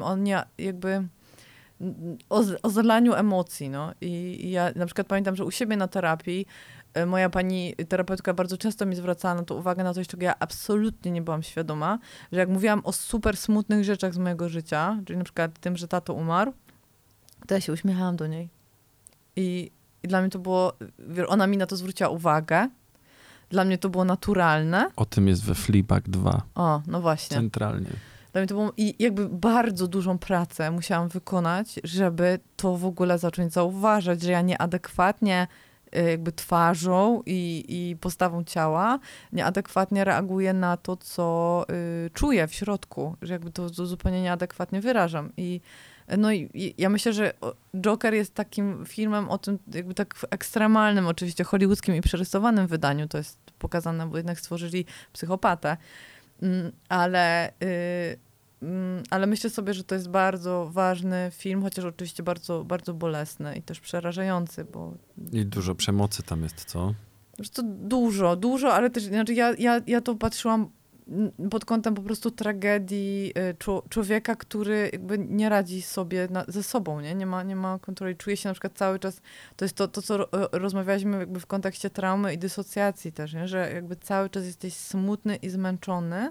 o zalaniu emocji, no. I ja na przykład pamiętam, że u siebie na terapii moja pani terapeutka bardzo często mi zwracała na to uwagę, na coś, czego ja absolutnie nie byłam świadoma, że jak mówiłam o super smutnych rzeczach z mojego życia, czyli na przykład tym, że tato umarł, to ja się uśmiechałam do niej. I dla mnie to było, ona mi na to zwróciła uwagę. Dla mnie to było naturalne. O tym jest we Fleabag 2. O, no właśnie. Centralnie. Dla mnie to było, i jakby bardzo dużą pracę musiałam wykonać, żeby to w ogóle zacząć zauważać, że ja nieadekwatnie jakby twarzą i postawą ciała nieadekwatnie reaguję na to, co czuję w środku, że jakby to zupełnie nieadekwatnie wyrażam. No i ja myślę, że Joker jest takim filmem o tym jakby tak w ekstremalnym, oczywiście hollywoodzkim i przerysowanym wydaniu, to jest pokazane, bo jednak stworzyli psychopatę, ale myślę sobie, że to jest bardzo ważny film, chociaż oczywiście bardzo, bardzo bolesny i też przerażający, bo... I dużo przemocy tam jest, co? To dużo, ale też, znaczy ja to patrzyłam pod kątem po prostu tragedii człowieka, który jakby nie radzi sobie ze sobą, nie ma kontroli. Czuje się na przykład cały czas, to jest to co rozmawialiśmy jakby w kontekście traumy i dysocjacji też, nie? Że jakby cały czas jesteś smutny i zmęczony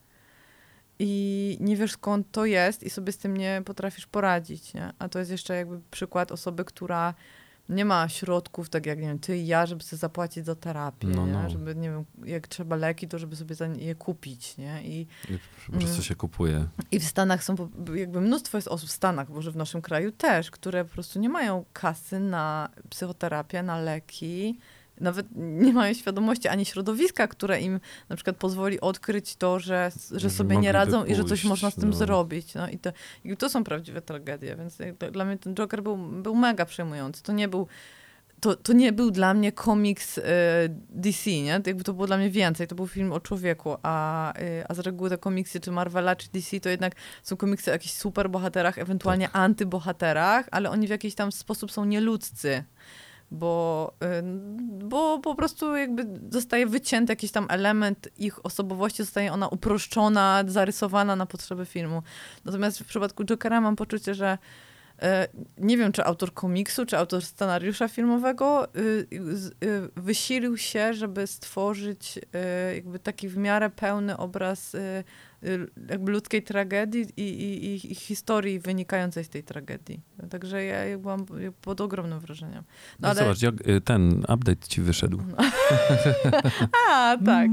i nie wiesz skąd to jest i sobie z tym nie potrafisz poradzić, nie? A to jest jeszcze jakby przykład osoby, która nie ma środków, tak jak nie wiem, ty i ja, żeby sobie zapłacić za terapię, nie? Żeby, nie wiem, jak trzeba leki, to żeby sobie je kupić, nie? I po prostu się kupuje. I w Stanach są jakby mnóstwo jest osób w Stanach, może w naszym kraju też, które po prostu nie mają kasy na psychoterapię, na leki, nawet nie mają świadomości ani środowiska, które im na przykład pozwoli odkryć to, że sobie nie radzą i że coś można z tym zrobić. No i to są prawdziwe tragedie, więc dla mnie ten Joker był mega przejmujący. To nie był dla mnie komiks DC, nie? Jakby to było dla mnie więcej. To był film o człowieku, a z reguły te komiksy, czy Marvela, czy DC, to jednak są komiksy o jakichś superbohaterach, ewentualnie antybohaterach, ale oni w jakiś tam sposób są nieludzcy. Bo po prostu jakby zostaje wycięty jakiś tam element ich osobowości, zostaje ona uproszczona, zarysowana na potrzeby filmu. Natomiast w przypadku Jokera mam poczucie, że nie wiem, czy autor komiksu, czy autor scenariusza filmowego wysilił się, żeby stworzyć jakby taki w miarę pełny obraz jakby ludzkiej tragedii i historii wynikającej z tej tragedii. Także ja byłam pod ogromnym wrażeniem. No ale... Zobacz, ten update ci wyszedł. A, tak.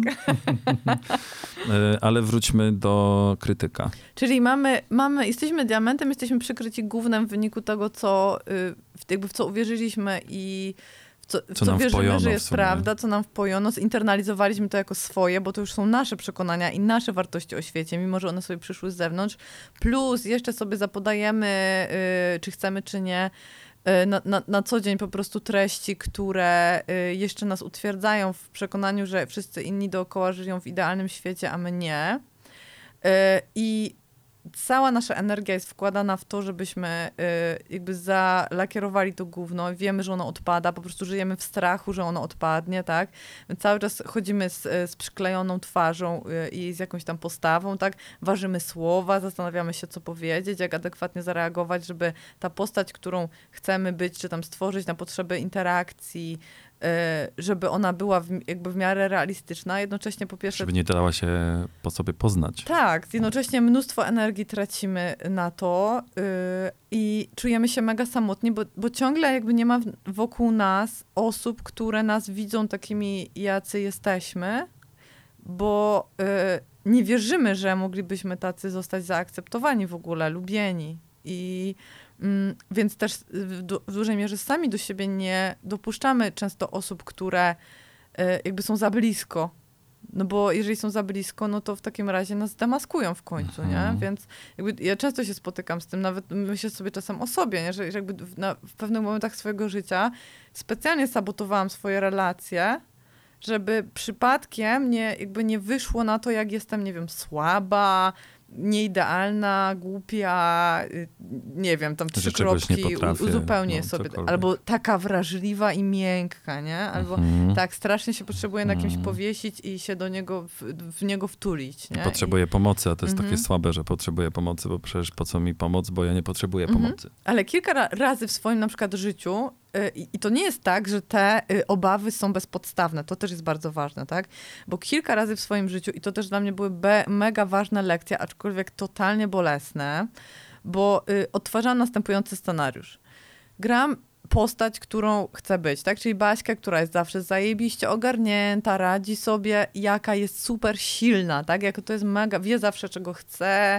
Ale wróćmy do krytyka. Czyli jesteśmy diamentem, jesteśmy przykryci gównem w wyniku tego, w co uwierzyliśmy i w co wierzymy, że jest prawda, co nam wpojono, zinternalizowaliśmy to jako swoje, bo to już są nasze przekonania i nasze wartości o świecie, mimo że one sobie przyszły z zewnątrz. Plus jeszcze sobie zapodajemy, czy chcemy, czy nie, na co dzień po prostu treści, które jeszcze nas utwierdzają w przekonaniu, że wszyscy inni dookoła żyją w idealnym świecie, a my nie. I cała nasza energia jest wkładana w to, żebyśmy jakby zalakierowali to gówno. Wiemy, że ono odpada, po prostu żyjemy w strachu, że ono odpadnie, tak? My cały czas chodzimy z przyklejoną twarzą i z jakąś tam postawą, tak? Ważymy słowa, zastanawiamy się, co powiedzieć, jak adekwatnie zareagować, żeby ta postać, którą chcemy być, czy tam stworzyć na potrzeby interakcji, żeby ona była jakby w miarę realistyczna, jednocześnie po pierwsze... Żeby nie dała się po sobie poznać. Tak, jednocześnie mnóstwo energii tracimy na to i czujemy się mega samotni, bo ciągle jakby nie ma wokół nas osób, które nas widzą takimi, jacy jesteśmy, bo nie wierzymy, że moglibyśmy tacy zostać zaakceptowani w ogóle, lubieni. Więc też w dużej mierze sami do siebie nie dopuszczamy często osób, które jakby są za blisko. No bo jeżeli są za blisko, no to w takim razie nas demaskują w końcu, nie? Więc jakby ja często się spotykam z tym, nawet myślę sobie czasem o sobie, nie? Że jakby w pewnych momentach swojego życia specjalnie sabotowałam swoje relacje, żeby przypadkiem nie wyszło na to, jak jestem, nie wiem, słaba, nieidealna, głupia, nie wiem, tam 3 kropki, uzupełnię sobie. Albo taka wrażliwa i miękka, nie? Albo tak strasznie się potrzebuje na kimś powiesić i się do niego, w niego wtulić, nie? Potrzebuje pomocy, a to jest takie słabe, że potrzebuje pomocy, bo przecież po co mi pomoc, bo ja nie potrzebuję pomocy. Ale kilka razy w swoim na przykład życiu i to nie jest tak, że te obawy są bezpodstawne. To też jest bardzo ważne, tak? Bo kilka razy w swoim życiu, i to też dla mnie były mega ważne lekcje, aczkolwiek totalnie bolesne, bo odtwarzałam następujący scenariusz. Gram postać, którą chcę być, tak? Czyli Baśkę, która jest zawsze zajebiście ogarnięta, radzi sobie, jaka jest super silna, tak? Jak to jest mega, wie zawsze, czego chce,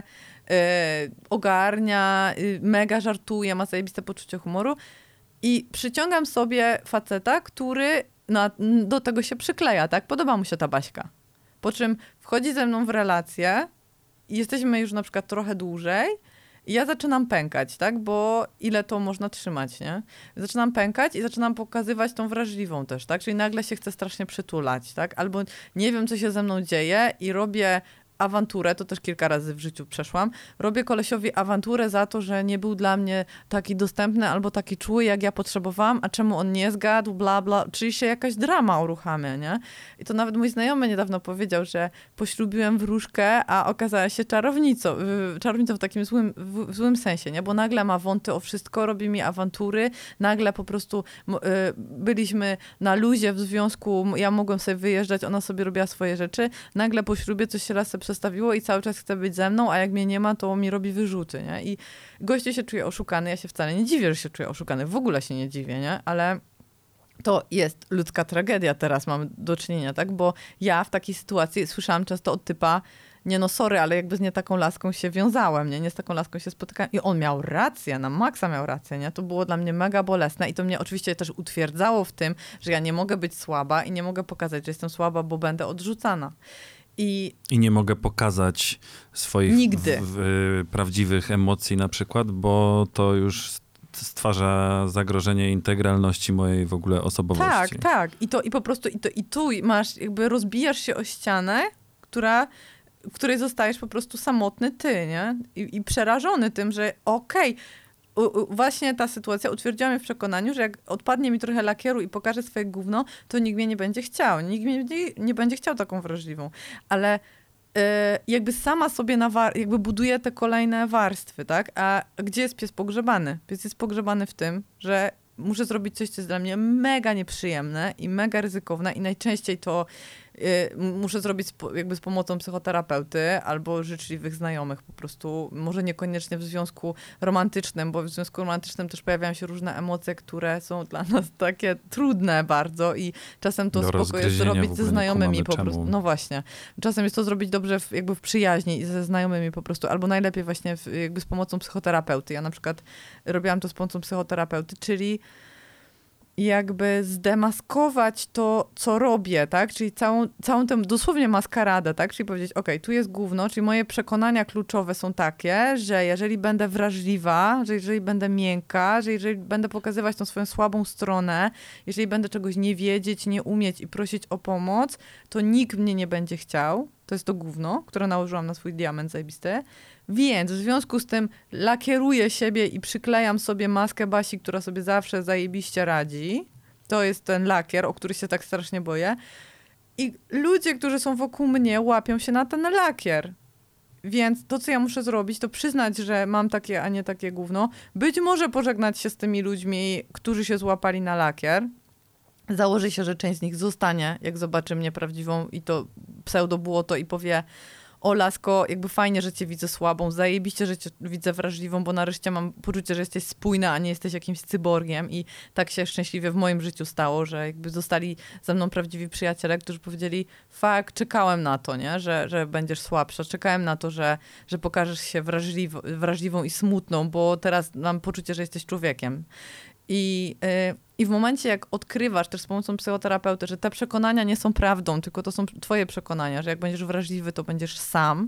ogarnia, mega żartuje, ma zajebiste poczucie humoru. I przyciągam sobie faceta, który do tego się przykleja, tak? Podoba mu się ta Baśka. Po czym wchodzi ze mną w relację i jesteśmy już na przykład trochę dłużej i ja zaczynam pękać, tak? Bo ile to można trzymać, nie? Zaczynam pękać i zaczynam pokazywać tą wrażliwą też, tak? Czyli nagle się chcę strasznie przytulać, tak? Albo nie wiem, co się ze mną dzieje i robię awanturę, to też kilka razy w życiu przeszłam, robię kolesiowi awanturę za to, że nie był dla mnie taki dostępny albo taki czuły, jak ja potrzebowałam, a czemu on nie zgadł, bla, bla, czyli się jakaś drama uruchamia, nie? I to nawet mój znajomy niedawno powiedział, że poślubiłem wróżkę, a okazała się czarownicą w takim złym sensie, nie? Bo nagle ma wąty o wszystko, robi mi awantury, nagle po prostu byliśmy na luzie w związku, ja mogłem sobie wyjeżdżać, ona sobie robiła swoje rzeczy, nagle po ślubie coś się raz sobie przestawiło i cały czas chce być ze mną, a jak mnie nie ma, to mi robi wyrzuty, nie? I gościu się czuje oszukany, ja się wcale nie dziwię, że się czuje oszukany, w ogóle się nie dziwię, nie? Ale to jest ludzka tragedia, teraz mamy do czynienia, tak? Bo ja w takiej sytuacji słyszałam często od typa, nie no sorry, ale jakby z nie taką laską się wiązałem, nie z taką laską się spotykałem i on miał rację, na maksa miał rację, nie? To było dla mnie mega bolesne i to mnie oczywiście też utwierdzało w tym, że ja nie mogę być słaba i nie mogę pokazać, że jestem słaba, bo będę odrzucana. I nie mogę pokazać swoich prawdziwych emocji na przykład, bo to już stwarza zagrożenie integralności mojej w ogóle osobowości. Tak. I po prostu tu masz, jakby rozbijasz się o ścianę, w której zostajesz po prostu samotny ty, nie? I przerażony tym, że właśnie ta sytuacja utwierdziła mnie w przekonaniu, że jak odpadnie mi trochę lakieru i pokażę swoje gówno, to nikt mnie nie będzie chciał. Nikt mnie nie będzie chciał taką wrażliwą. Ale jakby sama sobie jakby buduje te kolejne warstwy, tak? A gdzie jest pies pogrzebany? Pies jest pogrzebany w tym, że muszę zrobić coś, co jest dla mnie mega nieprzyjemne i mega ryzykowne i najczęściej to muszę zrobić jakby z pomocą psychoterapeuty albo życzliwych znajomych po prostu. Może niekoniecznie w związku romantycznym, bo w związku romantycznym też pojawiają się różne emocje, które są dla nas takie trudne bardzo i czasem to spoko jest zrobić ze znajomymi po prostu. No właśnie. Czasem jest to zrobić dobrze jakby w przyjaźni i ze znajomymi po prostu, albo najlepiej właśnie jakby z pomocą psychoterapeuty. Ja na przykład robiłam to z pomocą psychoterapeuty, czyli jakby zdemaskować to, co robię, tak? Czyli całą tę dosłownie maskaradę, tak? Czyli powiedzieć, tu jest gówno, czyli moje przekonania kluczowe są takie, że jeżeli będę wrażliwa, że jeżeli będę miękka, że jeżeli będę pokazywać tą swoją słabą stronę, jeżeli będę czegoś nie wiedzieć, nie umieć i prosić o pomoc, to nikt mnie nie będzie chciał. To jest to gówno, które nałożyłam na swój diament zajebisty. Więc w związku z tym lakieruję siebie i przyklejam sobie maskę Basi, która sobie zawsze zajebiście radzi. To jest ten lakier, o który się tak strasznie boję. I ludzie, którzy są wokół mnie, łapią się na ten lakier. Więc to, co ja muszę zrobić, to przyznać, że mam takie, a nie takie gówno. Być może pożegnać się z tymi ludźmi, którzy się złapali na lakier. Założy się, że część z nich zostanie, jak zobaczy mnie prawdziwą i to pseudobłoto i powie: o lasko, jakby fajnie, że cię widzę słabą, zajebiście, że cię widzę wrażliwą, bo nareszcie mam poczucie, że jesteś spójna, a nie jesteś jakimś cyborgiem i tak się szczęśliwie w moim życiu stało, że jakby zostali ze mną prawdziwi przyjaciele, którzy powiedzieli: fakt, czekałem na to, nie? Że będziesz słabsza, czekałem na to, że pokażesz się wrażliwą i smutną, bo teraz mam poczucie, że jesteś człowiekiem. I w momencie, jak odkrywasz też z pomocą psychoterapeuty, że te przekonania nie są prawdą, tylko to są twoje przekonania, że jak będziesz wrażliwy, to będziesz sam.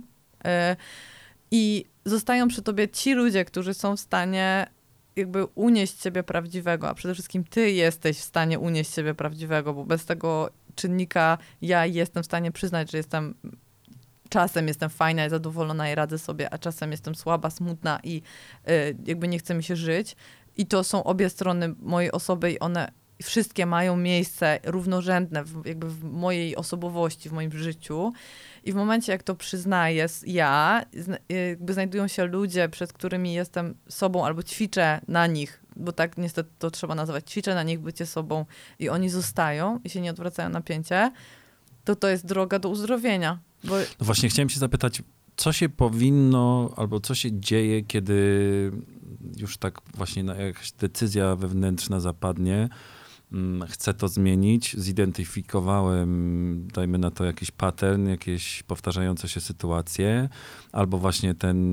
I zostają przy tobie ci ludzie, którzy są w stanie jakby unieść ciebie prawdziwego, a przede wszystkim ty jesteś w stanie unieść ciebie prawdziwego, bo bez tego czynnika ja jestem w stanie przyznać, że jestem czasem jestem fajna i zadowolona i radzę sobie, a czasem jestem słaba, smutna i jakby nie chce mi się żyć. I to są obie strony mojej osoby i one wszystkie mają miejsce równorzędne jakby w mojej osobowości, w moim życiu. I w momencie, jak to przyznaję jakby znajdują się ludzie, przed którymi jestem sobą albo ćwiczę na nich, bo tak niestety to trzeba nazywać, ćwiczę na nich bycie sobą i oni zostają i się nie odwracają na pięcie, to jest droga do uzdrowienia. No właśnie chciałem się zapytać, co się powinno, albo co się dzieje, kiedy już tak właśnie jakaś decyzja wewnętrzna zapadnie, chcę to zmienić, zidentyfikowałem, dajmy na to jakiś pattern, jakieś powtarzające się sytuacje, albo właśnie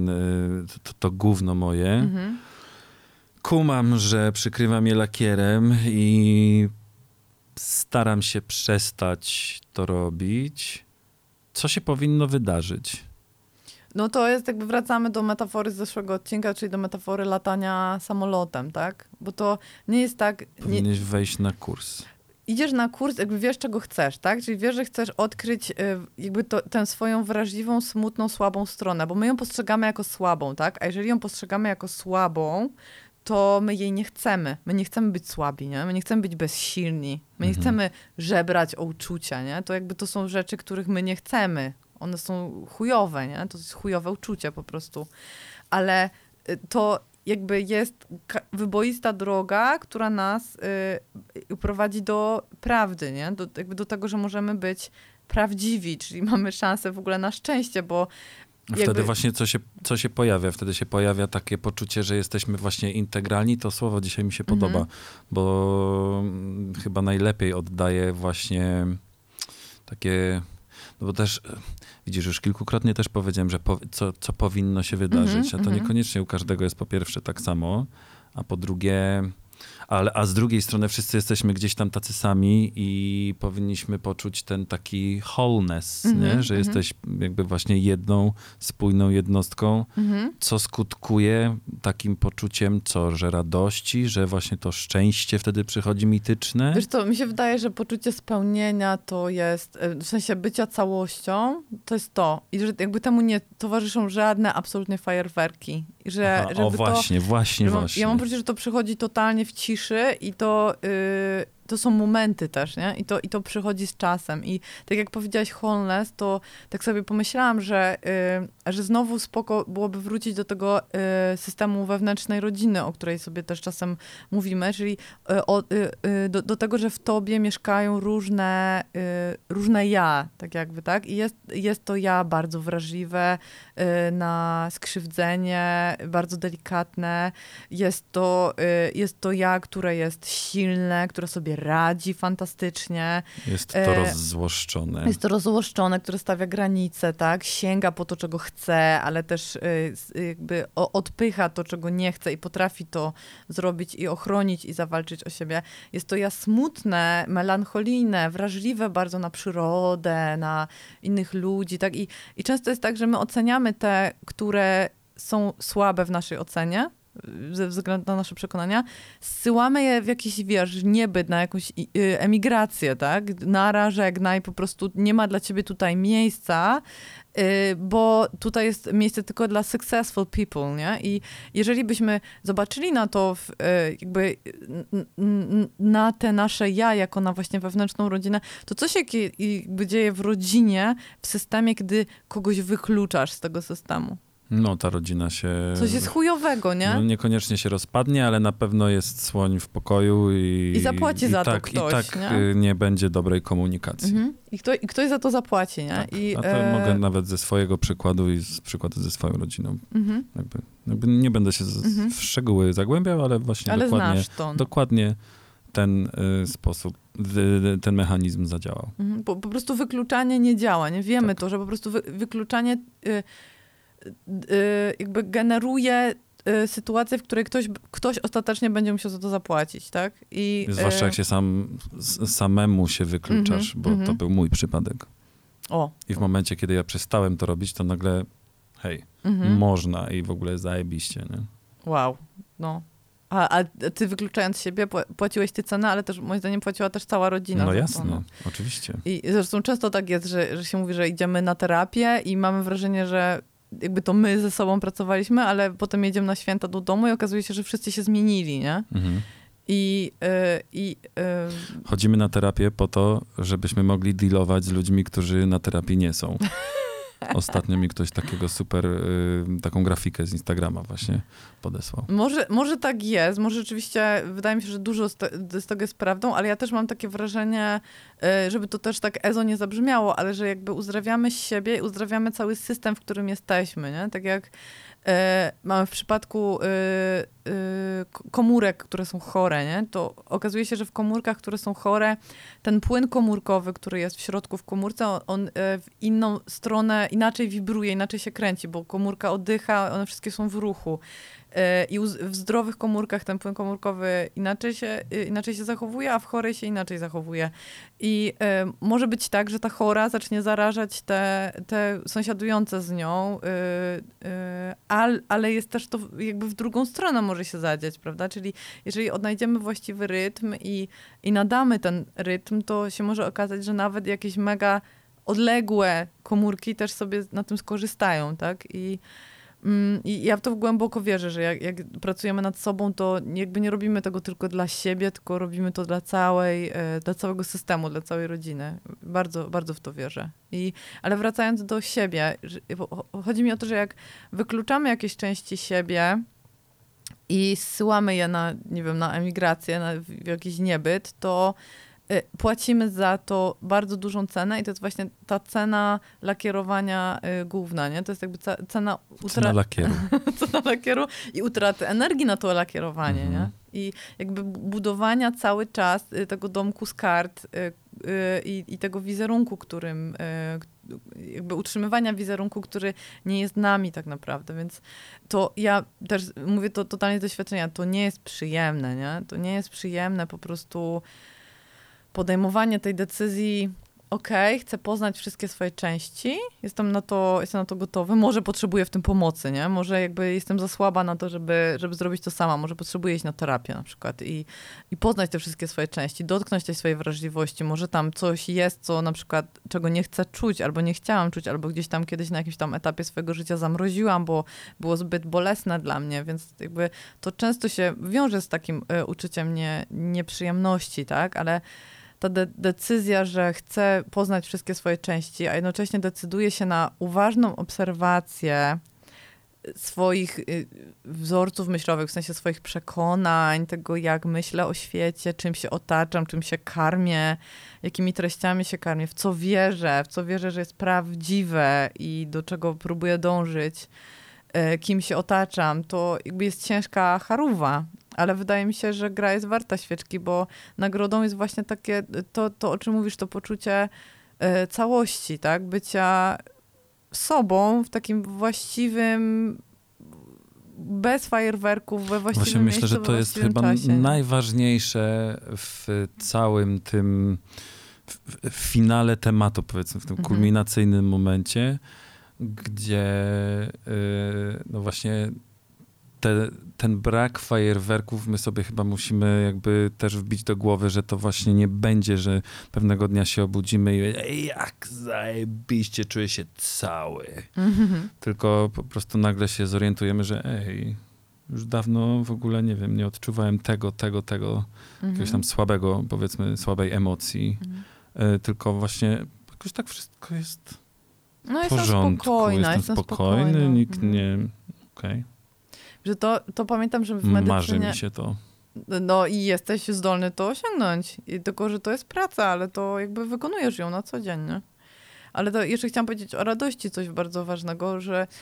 to gówno moje. Kumam, że przykrywam je lakierem i staram się przestać to robić. Co się powinno wydarzyć? No to jest jakby wracamy do metafory z zeszłego odcinka, czyli do metafory latania samolotem, tak? Bo to nie jest tak... Powinieneś wejść na kurs. Idziesz na kurs, jakby wiesz, czego chcesz, tak? Czyli wiesz, że chcesz odkryć jakby tę swoją wrażliwą, smutną, słabą stronę, bo my ją postrzegamy jako słabą, tak? A jeżeli ją postrzegamy jako słabą, to my jej nie chcemy. My nie chcemy być słabi, nie? My nie chcemy być bezsilni. My nie chcemy żebrać o uczucia, nie? To jakby to są rzeczy, których my nie chcemy. One są chujowe, nie? To jest chujowe uczucie po prostu. Ale to jakby jest wyboista droga, która nas prowadzi do prawdy, nie? Do tego, że możemy być prawdziwi, czyli mamy szansę w ogóle na szczęście, bo Wtedy właśnie co się pojawia? Wtedy się pojawia takie poczucie, że jesteśmy właśnie integralni. To słowo dzisiaj mi się podoba, bo chyba najlepiej oddaje właśnie takie... No bo też, widzisz, już kilkukrotnie też powiedziałem, że co powinno się wydarzyć, a to niekoniecznie u każdego jest po pierwsze tak samo, a po drugie... A z drugiej strony wszyscy jesteśmy gdzieś tam tacy sami i powinniśmy poczuć ten taki wholeness, nie? Że jesteś jakby właśnie jedną, spójną jednostką, co skutkuje takim poczuciem, że radości, że właśnie to szczęście wtedy przychodzi mityczne. Wiesz co, mi się wydaje, że poczucie spełnienia to jest, w sensie bycia całością, to jest to. I że jakby temu nie towarzyszą żadne absolutnie fajerwerki. Właśnie. Ja mam poczucie, że to przychodzi totalnie w ciszy i to są momenty też, nie? I to przychodzi z czasem. I tak jak powiedziałaś wholeness, to tak sobie pomyślałam, że znowu spoko byłoby wrócić do tego systemu wewnętrznej rodziny, o której sobie też czasem mówimy, czyli do tego, że w tobie mieszkają różne ja, tak jakby, tak? I jest to ja bardzo wrażliwe na skrzywdzenie, bardzo delikatne. Jest to ja, które jest silne, które sobie radzi fantastycznie. Jest to rozzłoszczone. Jest to rozzłoszczone, które stawia granice, tak? Sięga po to, czego chce, ale też jakby odpycha to, czego nie chce i potrafi to zrobić i ochronić i zawalczyć o siebie. Jest to ja smutne, melancholijne, wrażliwe bardzo na przyrodę, na innych ludzi, tak? I często jest tak, że my oceniamy te, które są słabe w naszej ocenie, ze względu na nasze przekonania, zsyłamy je w jakiś, niebyt, na jakąś emigrację, tak? Nara, żegnaj, po prostu nie ma dla ciebie tutaj miejsca, bo tutaj jest miejsce tylko dla successful people, nie? I jeżeli byśmy zobaczyli na to, jakby na te nasze ja, jako na właśnie wewnętrzną rodzinę, to co się jakby dzieje w rodzinie, w systemie, kiedy kogoś wykluczasz z tego systemu? No, ta rodzina się... Coś jest chujowego, nie? No, niekoniecznie się rozpadnie, ale na pewno jest słoń w pokoju i zapłaci za to ktoś, nie będzie dobrej komunikacji. I ktoś za to zapłaci, nie? Tak. A to mogę nawet ze swojego przykładu i z przykładu ze swoją rodziną. Jakby nie będę się w szczegóły zagłębiał, ale właśnie dokładnie ten sposób, ten mechanizm zadziałał. Po prostu wykluczanie nie działa, nie? Wiemy to, że po prostu wykluczanie jakby generuje sytuację, w której ktoś ostatecznie będzie musiał za to zapłacić, tak? Zwłaszcza jak się samemu się wykluczasz, bo to był mój przypadek. I w momencie, kiedy ja przestałem to robić, to nagle można i w ogóle zajebiście, nie? Wow, no. A ty wykluczając siebie, płaciłeś ty cenę, ale też moim zdaniem płaciła też cała rodzina. No jasne, oczywiście. I zresztą często tak jest, że się mówi, że idziemy na terapię i mamy wrażenie, że jakby to my ze sobą pracowaliśmy, ale potem jedziemy na święta do domu i okazuje się, że wszyscy się zmienili, nie? Mhm. Chodzimy na terapię po to, żebyśmy mogli dealować z ludźmi, którzy na terapii nie są. Ostatnio mi ktoś taką grafikę z Instagrama właśnie podesłał. Może tak jest, może rzeczywiście wydaje mi się, że dużo z tego jest prawdą, ale ja też mam takie wrażenie, żeby to też tak ezo nie zabrzmiało, ale że jakby uzdrawiamy siebie i uzdrawiamy cały system, w którym jesteśmy, nie? Tak jak mamy w przypadku komórek, które są chore, nie? To okazuje się, że w komórkach, które są chore, ten płyn komórkowy, który jest w środku w komórce, on w inną stronę inaczej wibruje, inaczej się kręci, bo komórka oddycha, one wszystkie są w ruchu. I w zdrowych komórkach ten płyn komórkowy inaczej się zachowuje, a w chorej się inaczej zachowuje. I może być tak, że ta chora zacznie zarażać te sąsiadujące z nią, ale jest też to jakby w drugą stronę może się zadziać, prawda? Czyli jeżeli odnajdziemy właściwy rytm i nadamy ten rytm, to się może okazać, że nawet jakieś mega odległe komórki też sobie na tym skorzystają, tak? I ja w to głęboko wierzę, że jak pracujemy nad sobą, to jakby nie robimy tego tylko dla siebie, tylko robimy to dla całego systemu, dla całej rodziny. Bardzo, bardzo w to wierzę. Ale wracając do siebie, chodzi mi o to, że jak wykluczamy jakieś części siebie i zsyłamy je na emigrację, w jakiś niebyt, to płacimy za to bardzo dużą cenę i to jest właśnie ta cena lakierowania główna, nie? To jest jakby cena lakieru. Cena lakieru i utraty energii na to lakierowanie, nie? I jakby budowania cały czas tego domku z kart i tego wizerunku, jakby utrzymywania wizerunku, który nie jest nami tak naprawdę, więc to ja też mówię to totalnie z doświadczenia, to nie jest przyjemne, nie? To nie jest przyjemne po prostu podejmowanie tej decyzji, chcę poznać wszystkie swoje części, jestem na to gotowy, może potrzebuję w tym pomocy, nie? Może jakby jestem za słaba na to, żeby zrobić to sama, może potrzebuję iść na terapię na przykład i poznać te wszystkie swoje części, dotknąć tej swojej wrażliwości, może tam coś jest, co na przykład, czego nie chcę czuć, albo nie chciałam czuć, albo gdzieś tam kiedyś na jakimś tam etapie swojego życia zamroziłam, bo było zbyt bolesne dla mnie, więc jakby to często się wiąże z takim uczuciem nieprzyjemności, tak? Ale ta decyzja, że chcę poznać wszystkie swoje części, a jednocześnie decyduję się na uważną obserwację swoich wzorców myślowych, w sensie swoich przekonań, tego jak myślę o świecie, czym się otaczam, czym się karmię, jakimi treściami się karmię, w co wierzę, że jest prawdziwe i do czego próbuję dążyć, kim się otaczam, to jakby jest ciężka charówa. Ale wydaje mi się, że gra jest warta świeczki, bo nagrodą jest właśnie takie, to o czym mówisz, to poczucie całości, tak? Bycia sobą w takim właściwym, bez fajerwerków, we właściwym Właśnie miejscu, myślę, że to jest chyba czasie, najważniejsze w całym tym w finale tematu, powiedzmy, w tym kulminacyjnym momencie, gdzie no właśnie ten brak fajerwerków my sobie chyba musimy jakby też wbić do głowy, że to właśnie nie będzie, że pewnego dnia się obudzimy i jak zajebiście czuję się cały. Tylko po prostu nagle się zorientujemy, że już dawno w ogóle, nie wiem, nie odczuwałem tego, jakiegoś tam słabego, powiedzmy, słabej emocji. Tylko właśnie jakoś tak wszystko jest w porządku. Jestem spokojny, nikt nie... Okej. Że to pamiętam, że w medycynie... Marzy mi się to. No i jesteś zdolny to osiągnąć. Tylko, że to jest praca, ale to jakby wykonujesz ją na co dzień, nie? Ale to jeszcze chciałam powiedzieć o radości coś bardzo ważnego,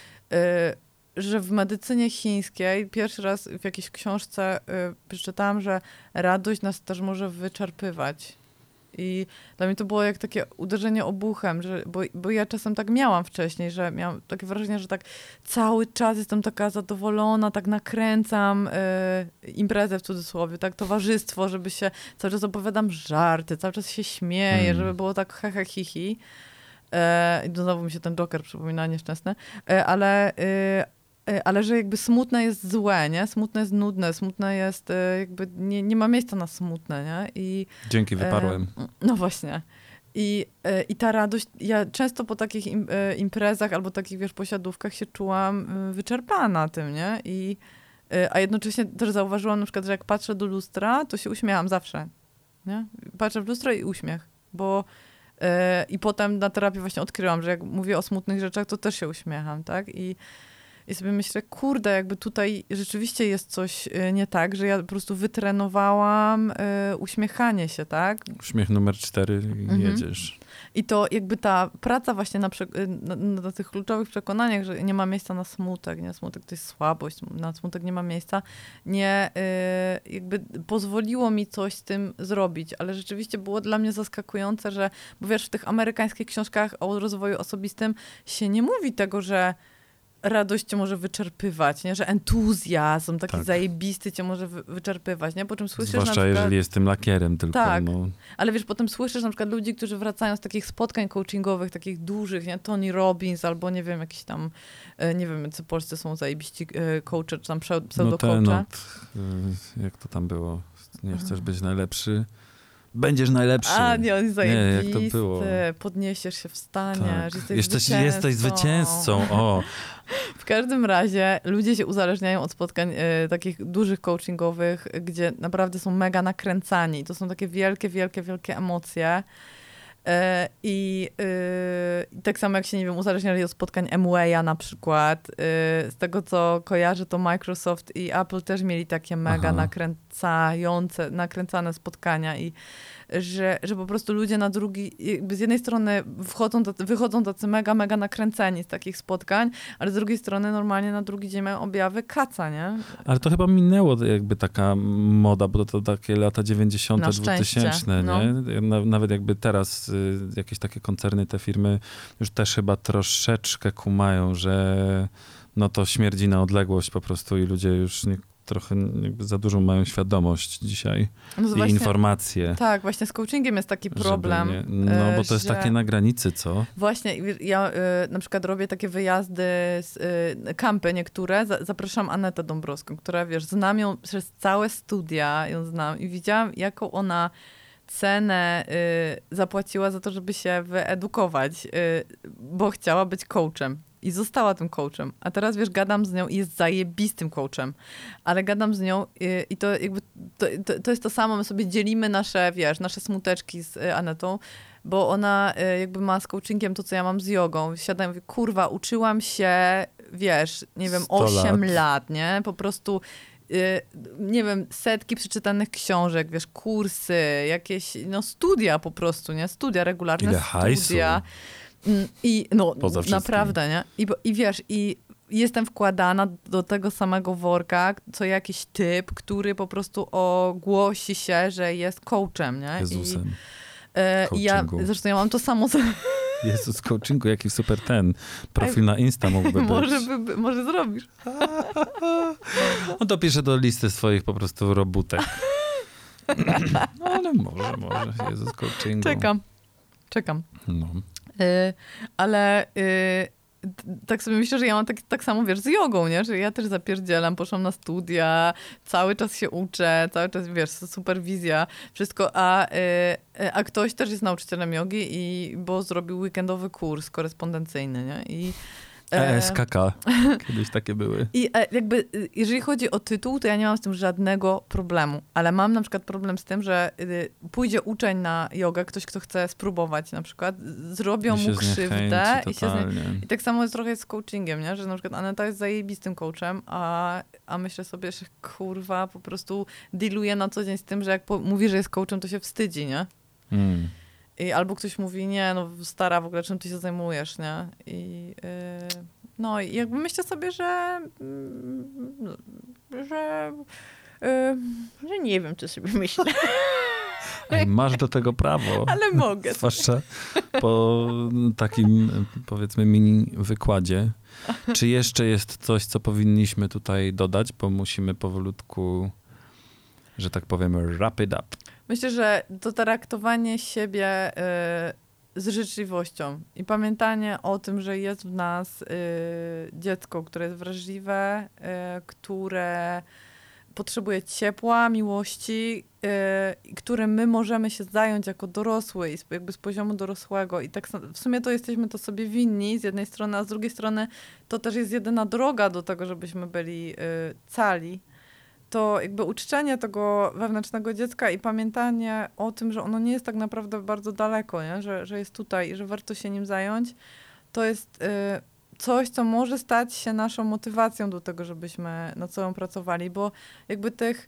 że w medycynie chińskiej pierwszy raz w jakiejś książce przeczytałam, że radość nas też może wyczerpywać. I dla mnie to było jak takie uderzenie obuchem, bo ja czasem tak miałam wcześniej, że miałam takie wrażenie, że tak cały czas jestem taka zadowolona, tak nakręcam imprezę w cudzysłowie, tak towarzystwo, żeby się, cały czas opowiadam żarty, cały czas się śmieję, żeby było tak hehe hihi. I znowu mi się ten Joker przypomina, nieszczęsny. Ale ale że jakby smutne jest złe, nie? Smutne jest nudne, smutne jest jakby nie ma miejsca na smutne, nie? Dzięki, wyparłem. No właśnie. I ta radość, ja często po takich imprezach albo takich, wiesz, posiadówkach się czułam wyczerpana tym, nie? A jednocześnie też zauważyłam na przykład, że jak patrzę do lustra, to się uśmiecham zawsze, nie? Patrzę w lustro i uśmiech, bo i potem na terapii właśnie odkryłam, że jak mówię o smutnych rzeczach, to też się uśmiecham, tak? I sobie myślę, kurde, jakby tutaj rzeczywiście jest coś nie tak, że ja po prostu wytrenowałam uśmiechanie się, tak? Uśmiech numer 4 i jedziesz. I to jakby ta praca właśnie na tych kluczowych przekonaniach, że nie ma miejsca na smutek, nie? Smutek to jest słabość, na smutek nie ma miejsca, jakby pozwoliło mi coś z tym zrobić, ale rzeczywiście było dla mnie zaskakujące, że, bo wiesz, w tych amerykańskich książkach o rozwoju osobistym się nie mówi tego, że radość cię może wyczerpywać, nie? Że entuzjazm taki zajebisty cię może wyczerpywać, nie? Po czym słyszysz zwłaszcza na przykład, jeżeli jestem lakierem tylko. Tak, no. Ale wiesz, potem słyszysz na przykład ludzi, którzy wracają z takich spotkań coachingowych, takich dużych, nie? Tony Robbins albo nie wiem, jakiś tam, nie wiem, co w Polsce są zajebiści coache, czy tam pseudo-coache. Jak to tam było? Nie chcesz być najlepszy? Będziesz najlepszy. A, nie, on jest zajebisty. Nie, jak to było? Podniesiesz się, wstaniesz, tak. jesteś zwycięzcą. O. W każdym razie ludzie się uzależniają od spotkań takich dużych coachingowych, gdzie naprawdę są mega nakręcani. To są takie wielkie, wielkie, wielkie emocje. I tak samo jak się, nie wiem, uzależniali od spotkań Amwaya na przykład. Z tego, co kojarzę, to Microsoft i Apple też mieli takie mega nakręcane spotkania i że po prostu ludzie na drugi, jakby z jednej strony wychodzą tacy mega, mega nakręceni z takich spotkań, ale z drugiej strony normalnie na drugi dzień mają objawy kaca, nie? Ale to chyba minęło jakby taka moda, bo to takie lata 90., 2000, no. nie? Nawet jakby teraz jakieś takie koncerny, te firmy już też chyba troszeczkę kumają, że no to śmierdzi na odległość po prostu i ludzie już trochę jakby za dużą mają świadomość dzisiaj i właśnie, informacje. Tak, właśnie z coachingiem jest taki problem. Bo to jest takie na granicy, co? Właśnie, ja na przykład robię takie wyjazdy, kampy niektóre, zapraszam Anetę Dąbrowską, która, wiesz, znam ją przez całe studia, ją znam i widziałam, jaką ona cenę zapłaciła za to, żeby się wyedukować, bo chciała być coachem. I została tym coachem. A teraz, wiesz, gadam z nią i jest zajebistym coachem. Ale gadam z nią i to jakby, to jest to samo. My sobie dzielimy nasze, wiesz, nasze smuteczki z Anetą, bo ona jakby ma z coachingiem to, co ja mam z jogą. Siadam i mówię, kurwa, uczyłam się, wiesz, nie wiem, 8 lat, nie? Po prostu nie wiem, setki przeczytanych książek, wiesz, kursy, jakieś, no studia po prostu, nie? Studia, regularne studia. I no, naprawdę, nie? I wiesz, i jestem wkładana do tego samego worka, co jakiś typ, który po prostu ogłosi się, że jest coachem, nie? Jezusem. I ja, zresztą ja mam to samo... Jezus, coachingu, jaki super profil na Insta mógłby być. Może zrobisz. On to pisze do listy swoich po prostu robótek. Ale może, Jezus, coachingu. Czekam. No. Ale tak sobie myślę, że ja mam tak samo, wiesz, z jogą, nie? Że ja też zapierdzielam, poszłam na studia, cały czas się uczę, cały czas, wiesz, superwizja, wszystko, a ktoś też jest nauczycielem jogi, bo zrobił weekendowy kurs korespondencyjny, nie? ESKK. Kiedyś takie były. I jakby, jeżeli chodzi o tytuł, to ja nie mam z tym żadnego problemu, ale mam na przykład problem z tym, że pójdzie uczeń na jogę, ktoś, kto chce spróbować na przykład, zrobią mu krzywdę i tak samo jest trochę z coachingiem, nie? Że na przykład Aneta jest zajebistym coachem, a myślę sobie, że kurwa po prostu dealuje na co dzień z tym, że jak mówi, że jest coachem, to się wstydzi, nie? Albo ktoś mówi, nie, no stara, w ogóle czym ty się zajmujesz, nie? No i jakby myślę sobie, że nie wiem, co sobie myślę. Masz do tego prawo. Ale mogę. Zwłaszcza po takim, powiedzmy, mini wykładzie. Czy jeszcze jest coś, co powinniśmy tutaj dodać, bo musimy powolutku, że tak powiem, wrap it up. Myślę, że to traktowanie siebie z życzliwością i pamiętanie o tym, że jest w nas dziecko, które jest wrażliwe, które potrzebuje ciepła, miłości, którym my możemy się zająć jako dorosły i jakby z poziomu dorosłego. I tak w sumie to jesteśmy to sobie winni z jednej strony, a z drugiej strony to też jest jedyna droga do tego, żebyśmy byli cali. To jakby uczczenie tego wewnętrznego dziecka i pamiętanie o tym, że ono nie jest tak naprawdę bardzo daleko, nie? Że jest tutaj i że warto się nim zająć, to jest coś, co może stać się naszą motywacją do tego, żebyśmy nad sobą pracowali, bo jakby tych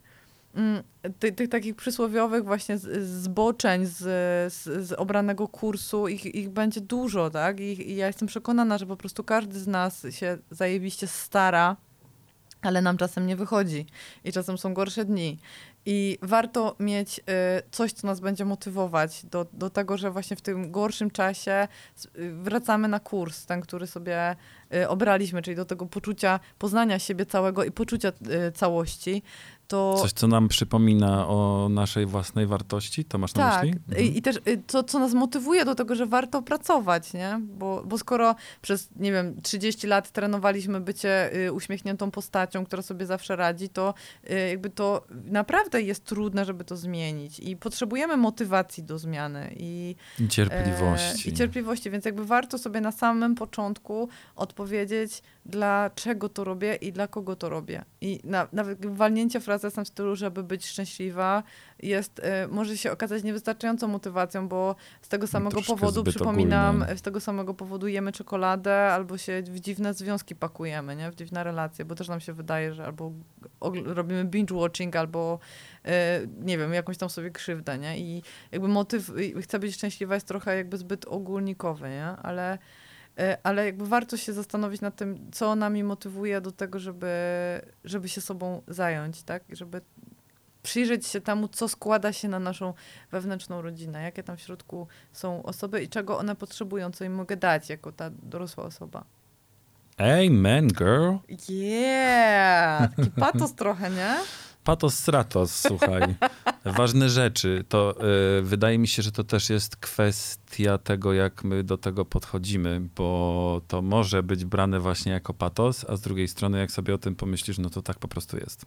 takich przysłowiowych właśnie zboczeń z obranego kursu, ich będzie dużo, tak? I ja jestem przekonana, że po prostu każdy z nas się zajebiście stara, ale nam czasem nie wychodzi i czasem są gorsze dni. I warto mieć coś, co nas będzie motywować do tego, że właśnie w tym gorszym czasie wracamy na kurs, ten, który sobie obraliśmy, czyli do tego poczucia poznania siebie całego i poczucia całości. To... Coś, co nam przypomina o naszej własnej wartości? To masz na myśli? Tak. I też to, co nas motywuje do tego, że warto pracować, nie? Bo skoro przez, nie wiem, 30 lat trenowaliśmy bycie uśmiechniętą postacią, która sobie zawsze radzi, to jakby to naprawdę jest trudne, żeby to zmienić. I potrzebujemy motywacji do zmiany. I cierpliwości. I cierpliwości, więc jakby warto sobie na samym początku odpowiedzieć, dlaczego to robię i dla kogo to robię. I nawet walnięcie frazesem w stylu, żeby być szczęśliwa, może się okazać niewystarczającą motywacją, bo z tego samego powodu, przypominam, ogólne. Z tego samego powodu jemy czekoladę albo się w dziwne związki pakujemy, nie? W dziwne relacje, bo też nam się wydaje, że albo robimy binge-watching, albo nie wiem, jakąś tam sobie krzywdę, nie? I jakby motyw, chcę być szczęśliwa jest trochę jakby zbyt ogólnikowy, nie? Ale jakby warto się zastanowić nad tym, co nami motywuje do tego, żeby się sobą zająć, tak? Żeby przyjrzeć się temu, co składa się na naszą wewnętrzną rodzinę, jakie tam w środku są osoby i czego one potrzebują, co im mogę dać jako ta dorosła osoba. Amen, girl. Yeah! Taki patos trochę, nie? Patos stratos, słuchaj. Ważne rzeczy. To wydaje mi się, że to też jest kwestia tego, jak my do tego podchodzimy, bo to może być brane właśnie jako patos, a z drugiej strony, jak sobie o tym pomyślisz, no to tak po prostu jest.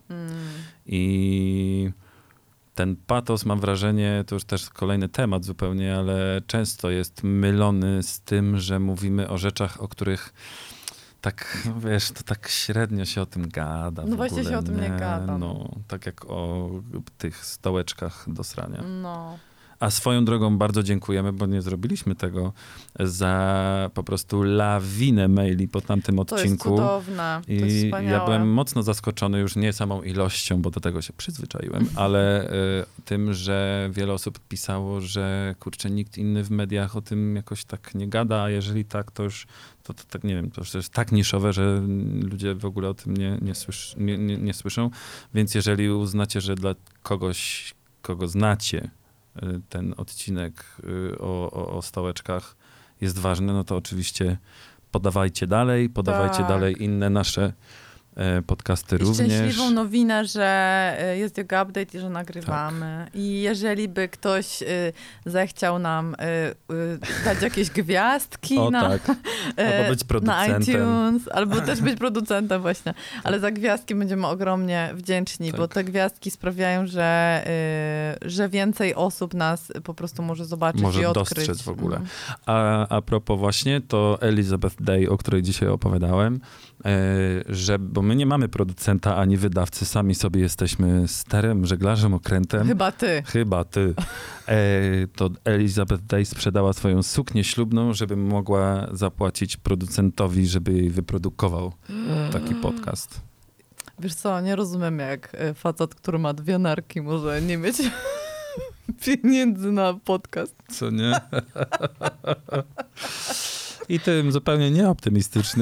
I ten patos, mam wrażenie, to już też kolejny temat zupełnie, ale często jest mylony z tym, że mówimy o rzeczach, o których tak, wiesz, to tak średnio się o tym gada. No właśnie się o tym nie gada. No, tak jak o tych stołeczkach do srania. No. A swoją drogą bardzo dziękujemy, bo nie zrobiliśmy tego, za po prostu lawinę maili po tamtym odcinku. To jest cudowne, to jest wspaniałe. Ja byłem mocno zaskoczony już nie samą ilością, bo do tego się przyzwyczaiłem, ale tym, że wiele osób pisało, że kurczę, nikt inny w mediach o tym jakoś tak nie gada, a jeżeli tak, to już to tak, nie wiem, to już jest tak niszowe, że ludzie w ogóle o tym nie słyszą. Więc jeżeli uznacie, że dla kogoś, kogo znacie, ten odcinek o stołeczkach jest ważny, no to oczywiście podawajcie dalej inne nasze podcasty również. Szczęśliwą nowinę, że jest Yoga Update i że nagrywamy. Tak. I jeżeli by ktoś zechciał nam dać jakieś gwiazdki albo być producentem. Na iTunes, albo też być producentem właśnie. Ale za gwiazdki będziemy ogromnie wdzięczni, bo te gwiazdki sprawiają, że więcej osób nas po prostu może zobaczyć i odkryć. Dostrzec w ogóle. A propos właśnie, to Elizabeth Day, o której dzisiaj opowiadałem, bo my nie mamy producenta ani wydawcy, sami sobie jesteśmy sterem, żeglarzem, okrętem. Chyba ty. To Elizabeth Day sprzedała swoją suknię ślubną, żeby mogła zapłacić producentowi, żeby jej wyprodukował taki podcast. Wiesz co, nie rozumiem, jak facet, który ma 2 nerki, może nie mieć pieniędzy na podcast. Co nie? I tym zupełnie nieoptymistycznym.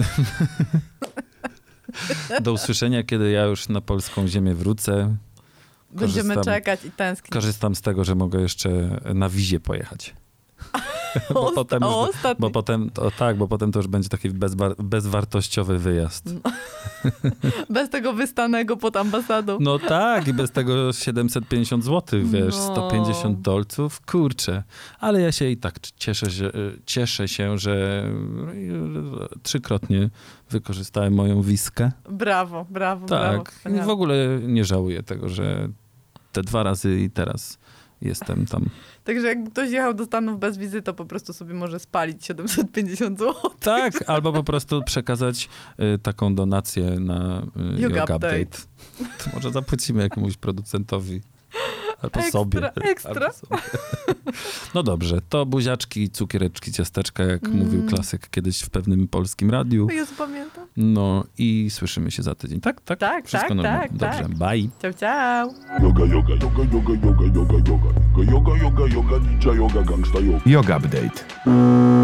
Do usłyszenia, kiedy ja już na polską ziemię wrócę. Będziemy czekać i tęsknić. Korzystam z tego, że mogę jeszcze na wizie pojechać. Bo potem to już będzie taki bezwartościowy wyjazd. No. Bez tego wystanego pod ambasadą. No tak, i bez tego 750 zł, wiesz, 150 dolców, kurczę. Ale ja się i tak cieszę się, że 3-krotnie wykorzystałem moją wiskę. Brawo. Tak, i w ogóle nie żałuję tego, że te 2 razy i teraz jestem tam. Także jak ktoś jechał do Stanów bez wizy, to po prostu sobie może spalić 750 zł. Tak, albo po prostu przekazać taką donację na Yoga Update. To może zapłacimy jakiemuś producentowi. Albo sobie. Ekstra. No dobrze, to buziaczki, cukiereczki, ciasteczka, jak mówił klasyk kiedyś w pewnym polskim radiu. Jezu, pamiętam. No i słyszymy się za tydzień. Tak? Wszystko normalnie. Tak. Dobrze, bye. Ciao. Yoga Update.